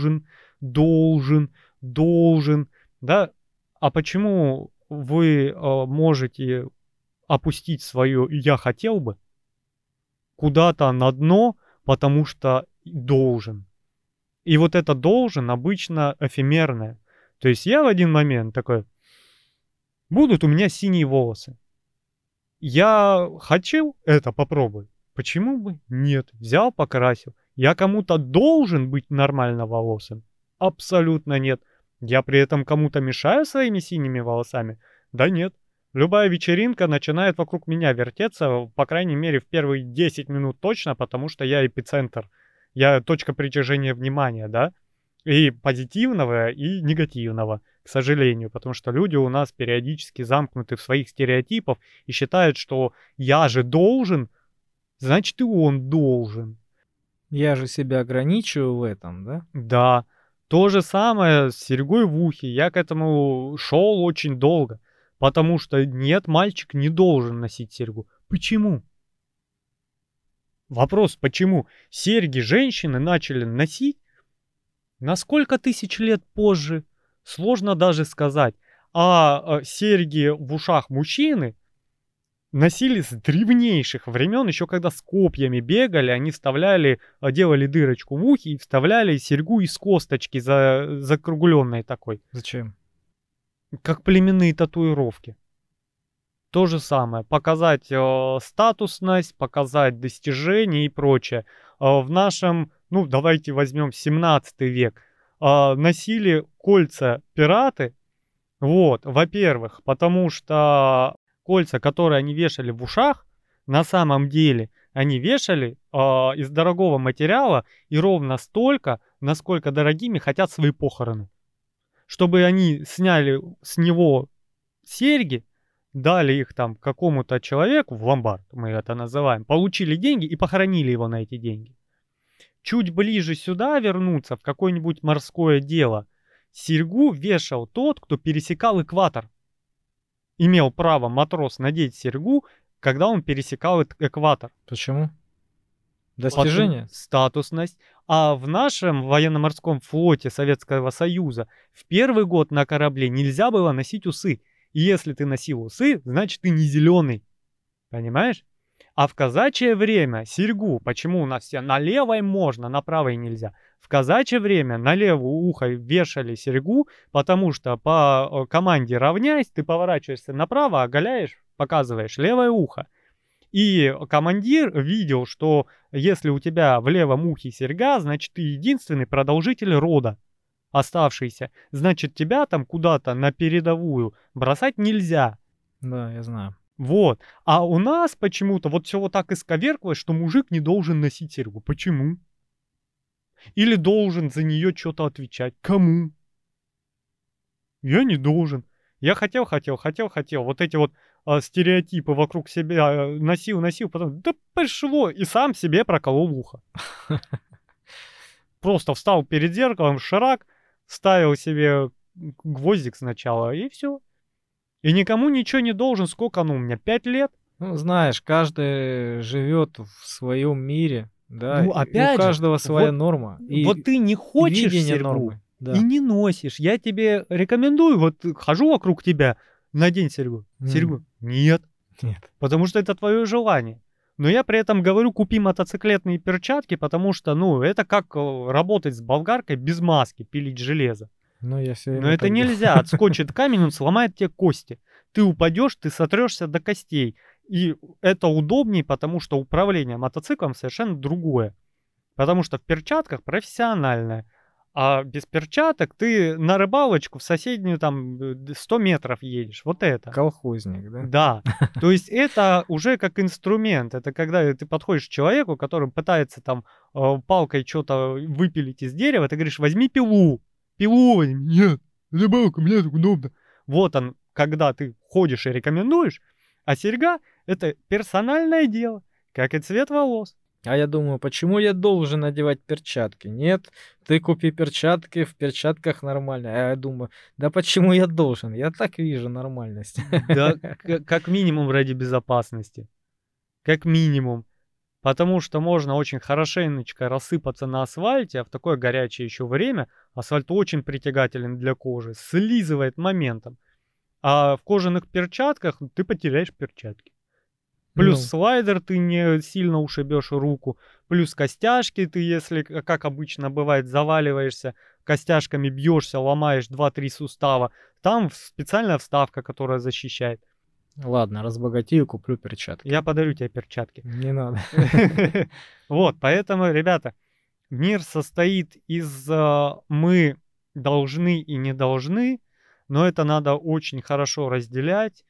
должен, да. А почему вы можете опустить свое «я хотел бы» куда-то на дно, потому что должен? И вот это должен обычно эфемерное. То есть я в один момент такой, будут у меня синие волосы. Я хочу это попробовать. Почему бы нет? Взял, покрасил. Я кому-то должен быть нормально волосым? Абсолютно нет. Я при этом кому-то мешаю своими синими волосами? Да нет. Любая вечеринка начинает вокруг меня вертеться, по крайней мере, в первые 10 минут точно, потому что я эпицентр. Я точка притяжения внимания, да? И позитивного, и негативного, к сожалению, потому что люди у нас периодически замкнуты в своих стереотипах и считают, что я же должен, значит и он должен. Я же себя ограничиваю в этом, да? Да, то же самое с серьгой в ухе. Я к этому шел очень долго, потому что нет, мальчик не должен носить серьгу. Почему? Вопрос, почему серьги женщины начали носить на сколько тысяч лет позже? Сложно даже сказать. А серьги в ушах мужчины носили с древнейших времен, еще когда с копьями бегали, они вставляли, делали дырочку в ухе и вставляли серьгу из косточки закругленной такой. Зачем? Как племенные татуировки. То же самое. Показать статусность, показать достижения и прочее. В нашем, ну давайте возьмем 17 век. Носили кольца пираты. Вот, во-первых, потому что кольца, которые они вешали в ушах, на самом деле они вешали из дорогого материала и ровно столько, насколько дорогими хотят свои похороны. Чтобы они сняли с него серьги, дали их там какому-то человеку в ломбард, мы это называем, получили деньги и похоронили его на эти деньги. Чуть ближе сюда вернуться, в какое-нибудь морское дело, серьгу вешал тот, кто пересекал экватор. Имел право матрос надеть серьгу, когда он пересекал экватор. Почему? Достижение? Статусность. А в нашем военно-морском флоте Советского Союза в первый год на корабле нельзя было носить усы. И если ты носил усы, значит ты не зеленый. Понимаешь? А в казачье время серьгу, почему у нас все на левой можно, на правой нельзя? В казачье время на левое ухо вешали серьгу, потому что по команде равняйсь, ты поворачиваешься направо, оголяешь, показываешь левое ухо. И командир видел, что если у тебя в левом ухе серьга, значит ты единственный продолжитель рода оставшийся. Значит тебя там куда-то на передовую бросать нельзя. Да, я знаю. Вот. А у нас почему-то вот все вот так исковеркалось, что мужик не должен носить серьгу. Почему? Или должен за нее что-то отвечать. Кому? Я не должен. Я хотел. Вот эти вот стереотипы вокруг себя носил, потом да пошло, и сам себе проколол ухо. Просто встал перед зеркалом, ширак, ставил себе гвоздик сначала, и все. И никому ничего не должен. Сколько у меня? 5 лет? Ну, знаешь, каждый живет в своем мире, да, Ну, и опять у же, каждого своя вот, норма. вот ты не хочешь видение серьгу нормы, да. и не носишь. Я тебе рекомендую, вот хожу вокруг тебя, надень серьгу. Серьгу? Нет. Нет. Потому что это твое желание. Но я при этом говорю, купи мотоциклетные перчатки, потому что, ну, это как работать с болгаркой без маски, пилить железо. Ну, я все Но это нельзя. Отскочит камень, он сломает тебе кости. Ты упадешь, ты сотрешься до костей. И это удобнее, потому что управление мотоциклом совершенно другое. Потому что в перчатках профессиональное. А без перчаток ты на рыбалочку в соседнюю там 100 метров едешь. Вот это. Колхозник, да? Да. То есть это уже как инструмент. Это когда ты подходишь к человеку, который пытается там палкой что-то выпилить из дерева, ты говоришь, возьми пилу. Пилу возьми. Нет, рыбалка, мне так удобно. Вот он, когда ты ходишь и рекомендуешь, а серьга — это персональное дело, как и цвет волос. А я думаю, почему я должен надевать перчатки? Нет, ты купи перчатки, в перчатках нормально. А я думаю, да почему я должен? Я так вижу нормальность. Да, как минимум ради безопасности. Как минимум. Потому что можно очень хорошенечко рассыпаться на асфальте, а в такое горячее еще время асфальт очень притягателен для кожи, слизывает моментом. А в кожаных перчатках ты потеряешь перчатки. Плюс Ну. слайдер ты не сильно ушибешь руку, плюс костяшки ты, если, как обычно бывает, заваливаешься, костяшками бьешься, ломаешь 2-3 сустава, там специальная вставка, которая защищает. Ладно, разбогатею, куплю перчатки. Я подарю тебе перчатки. Не надо. Вот, поэтому, ребята, мир состоит из мы должны и не должны, но это надо очень хорошо разделять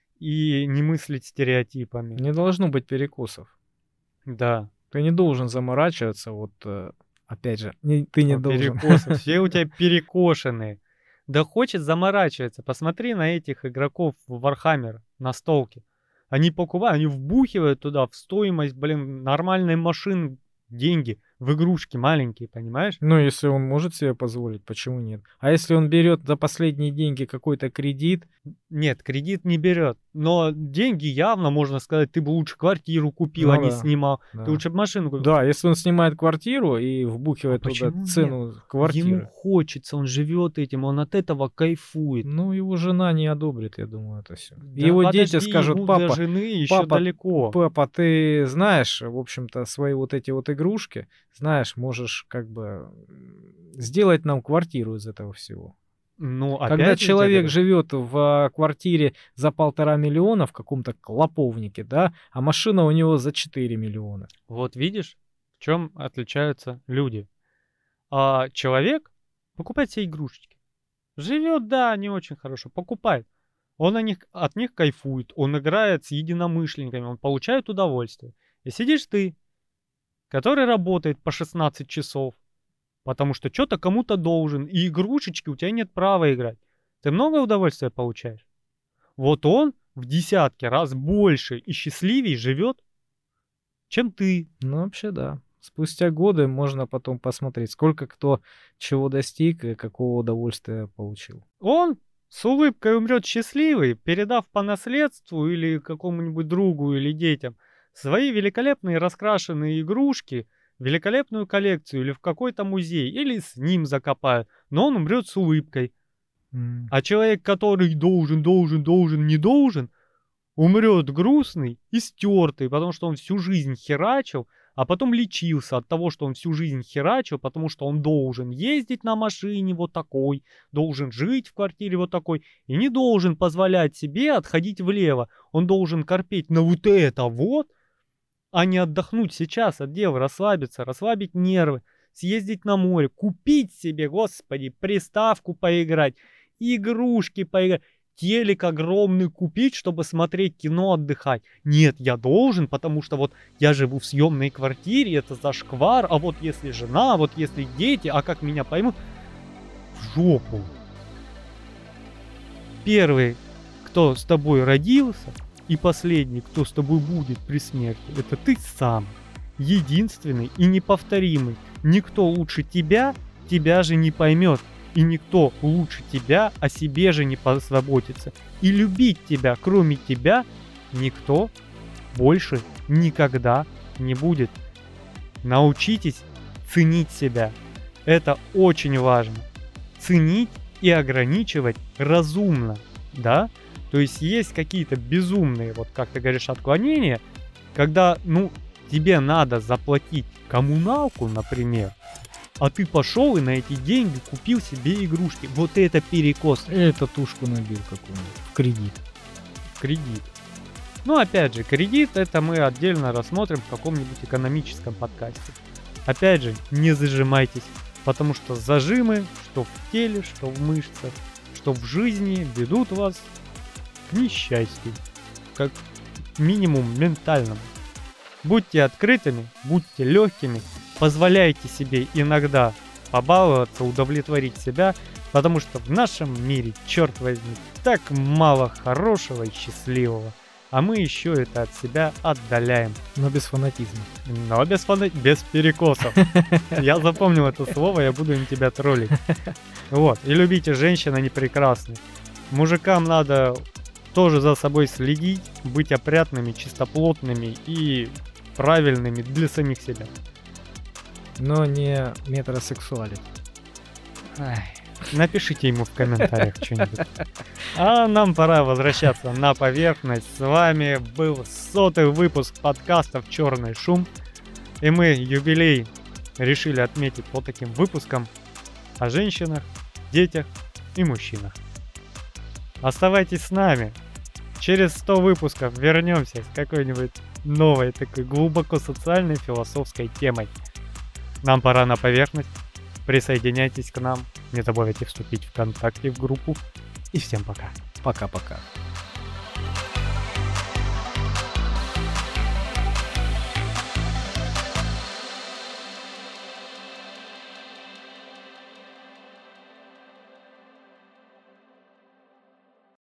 и не мыслить стереотипами. Не должно быть перекосов. Да. Ты не должен заморачиваться, вот опять же, ты не должен. Перекосы. Все у тебя перекошенные. Да хочет заморачиваться. Посмотри на этих игроков в Warhammer на столке. Они покупают, они вбухивают туда в стоимость, нормальной машины деньги в игрушки маленькие, понимаешь? Ну, если он может себе позволить, почему нет? А если он берет за последние деньги какой-то кредит? Нет, кредит не берет. Но деньги явно, можно сказать, ты бы лучше квартиру купил, Ну а не да, снимал. да. Ты лучше бы машину купил. Да, если он снимает квартиру и вбухивает туда почему цену квартиры. Ему хочется, он живет этим, он от этого кайфует. Ну, его жена не одобрит, я думаю, это все. Да Его подожди, дети скажут, ему до папа, жены еще папа, далеко. папа, ты знаешь, в общем-то, свои вот эти вот игрушки, знаешь, можешь как бы сделать нам квартиру из этого всего. Ну, опять Когда же человек тебе живет в квартире за 1,5 миллиона в каком-то клоповнике, да, а машина у него за 4 миллиона. вот видишь, в чем отличаются люди. А человек покупает себе игрушечки. Живет, да, не очень хорошо, покупает. Он от них кайфует, он играет с единомышленниками, он получает удовольствие. И сидишь ты, который работает по 16 часов, потому что что-то кому-то должен, и игрушечки у тебя нет права играть. Ты много удовольствия получаешь? Вот он в десятки раз больше и счастливее живет, чем ты. Ну, вообще, да. Спустя годы можно потом посмотреть, сколько кто чего достиг и какого удовольствия получил. Он с улыбкой умрет счастливый, передав по наследству или какому-нибудь другу или детям свои великолепные раскрашенные игрушки, великолепную коллекцию или в какой-то музей, или с ним закопают, но он умрет с улыбкой. А человек, который должен, не должен, умрет грустный и стертый, потому что он всю жизнь херачил, а потом лечился от того, что он всю жизнь херачил, потому что он должен ездить на машине вот такой, должен жить в квартире вот такой, и не должен позволять себе отходить влево. Он должен корпеть на вот это вот, а не отдохнуть сейчас от дел, расслабиться, расслабить нервы, съездить на море, купить себе, господи, приставку поиграть, игрушки поиграть. Телек огромный купить, чтобы смотреть кино, отдыхать. Нет, я должен, потому что вот я живу в съемной квартире, это зашквар, а вот если жена, вот если дети, а как меня поймут? В жопу. Первый, кто с тобой родился, и последний, кто с тобой будет при смерти, это ты сам. Единственный и неповторимый. Никто лучше тебя же не поймет. И никто лучше тебя о себе же не позаботится. И любить тебя, кроме тебя, никто больше никогда не будет. Научитесь ценить себя. Это очень важно. Ценить и ограничивать разумно, да? То есть есть какие-то безумные, вот как ты говоришь, отклонения, когда, тебе надо заплатить коммуналку, например, а ты пошел и на эти деньги купил себе игрушки. Вот это перекос. Это тушку набил какую-нибудь. В кредит. Кредит. Опять же, кредит это мы отдельно рассмотрим в каком-нибудь экономическом подкасте. Опять же, не зажимайтесь. Потому что зажимы, что в теле, что в мышцах, что в жизни, ведут вас к несчастью. Как минимум ментальному. Будьте открытыми, будьте легкими, позволяйте себе иногда побаловаться, удовлетворить себя, потому что в нашем мире, черт возьми, так мало хорошего и счастливого, а мы еще это от себя отдаляем. Но без фанатизма. Но без перекосов. Я запомнил это слово, я буду на тебя троллить. Вот, и любите женщин, они прекрасны. Мужикам надо тоже за собой следить, быть опрятными, чистоплотными и правильными для самих себя. Но не метросексуален. Напишите ему в комментариях что-нибудь. А нам пора возвращаться на поверхность. С вами был 100-й выпуск подкастов «Черный шум». И мы юбилей решили отметить вот таким выпуском о женщинах, детях и мужчинах. Оставайтесь с нами. Через 100 выпусков вернемся с какой-нибудь новой такой глубоко социальной философской темой. Нам пора на поверхность. Присоединяйтесь к нам. Не забывайте вступить в ВКонтакте в группу. И всем пока. Пока-пока.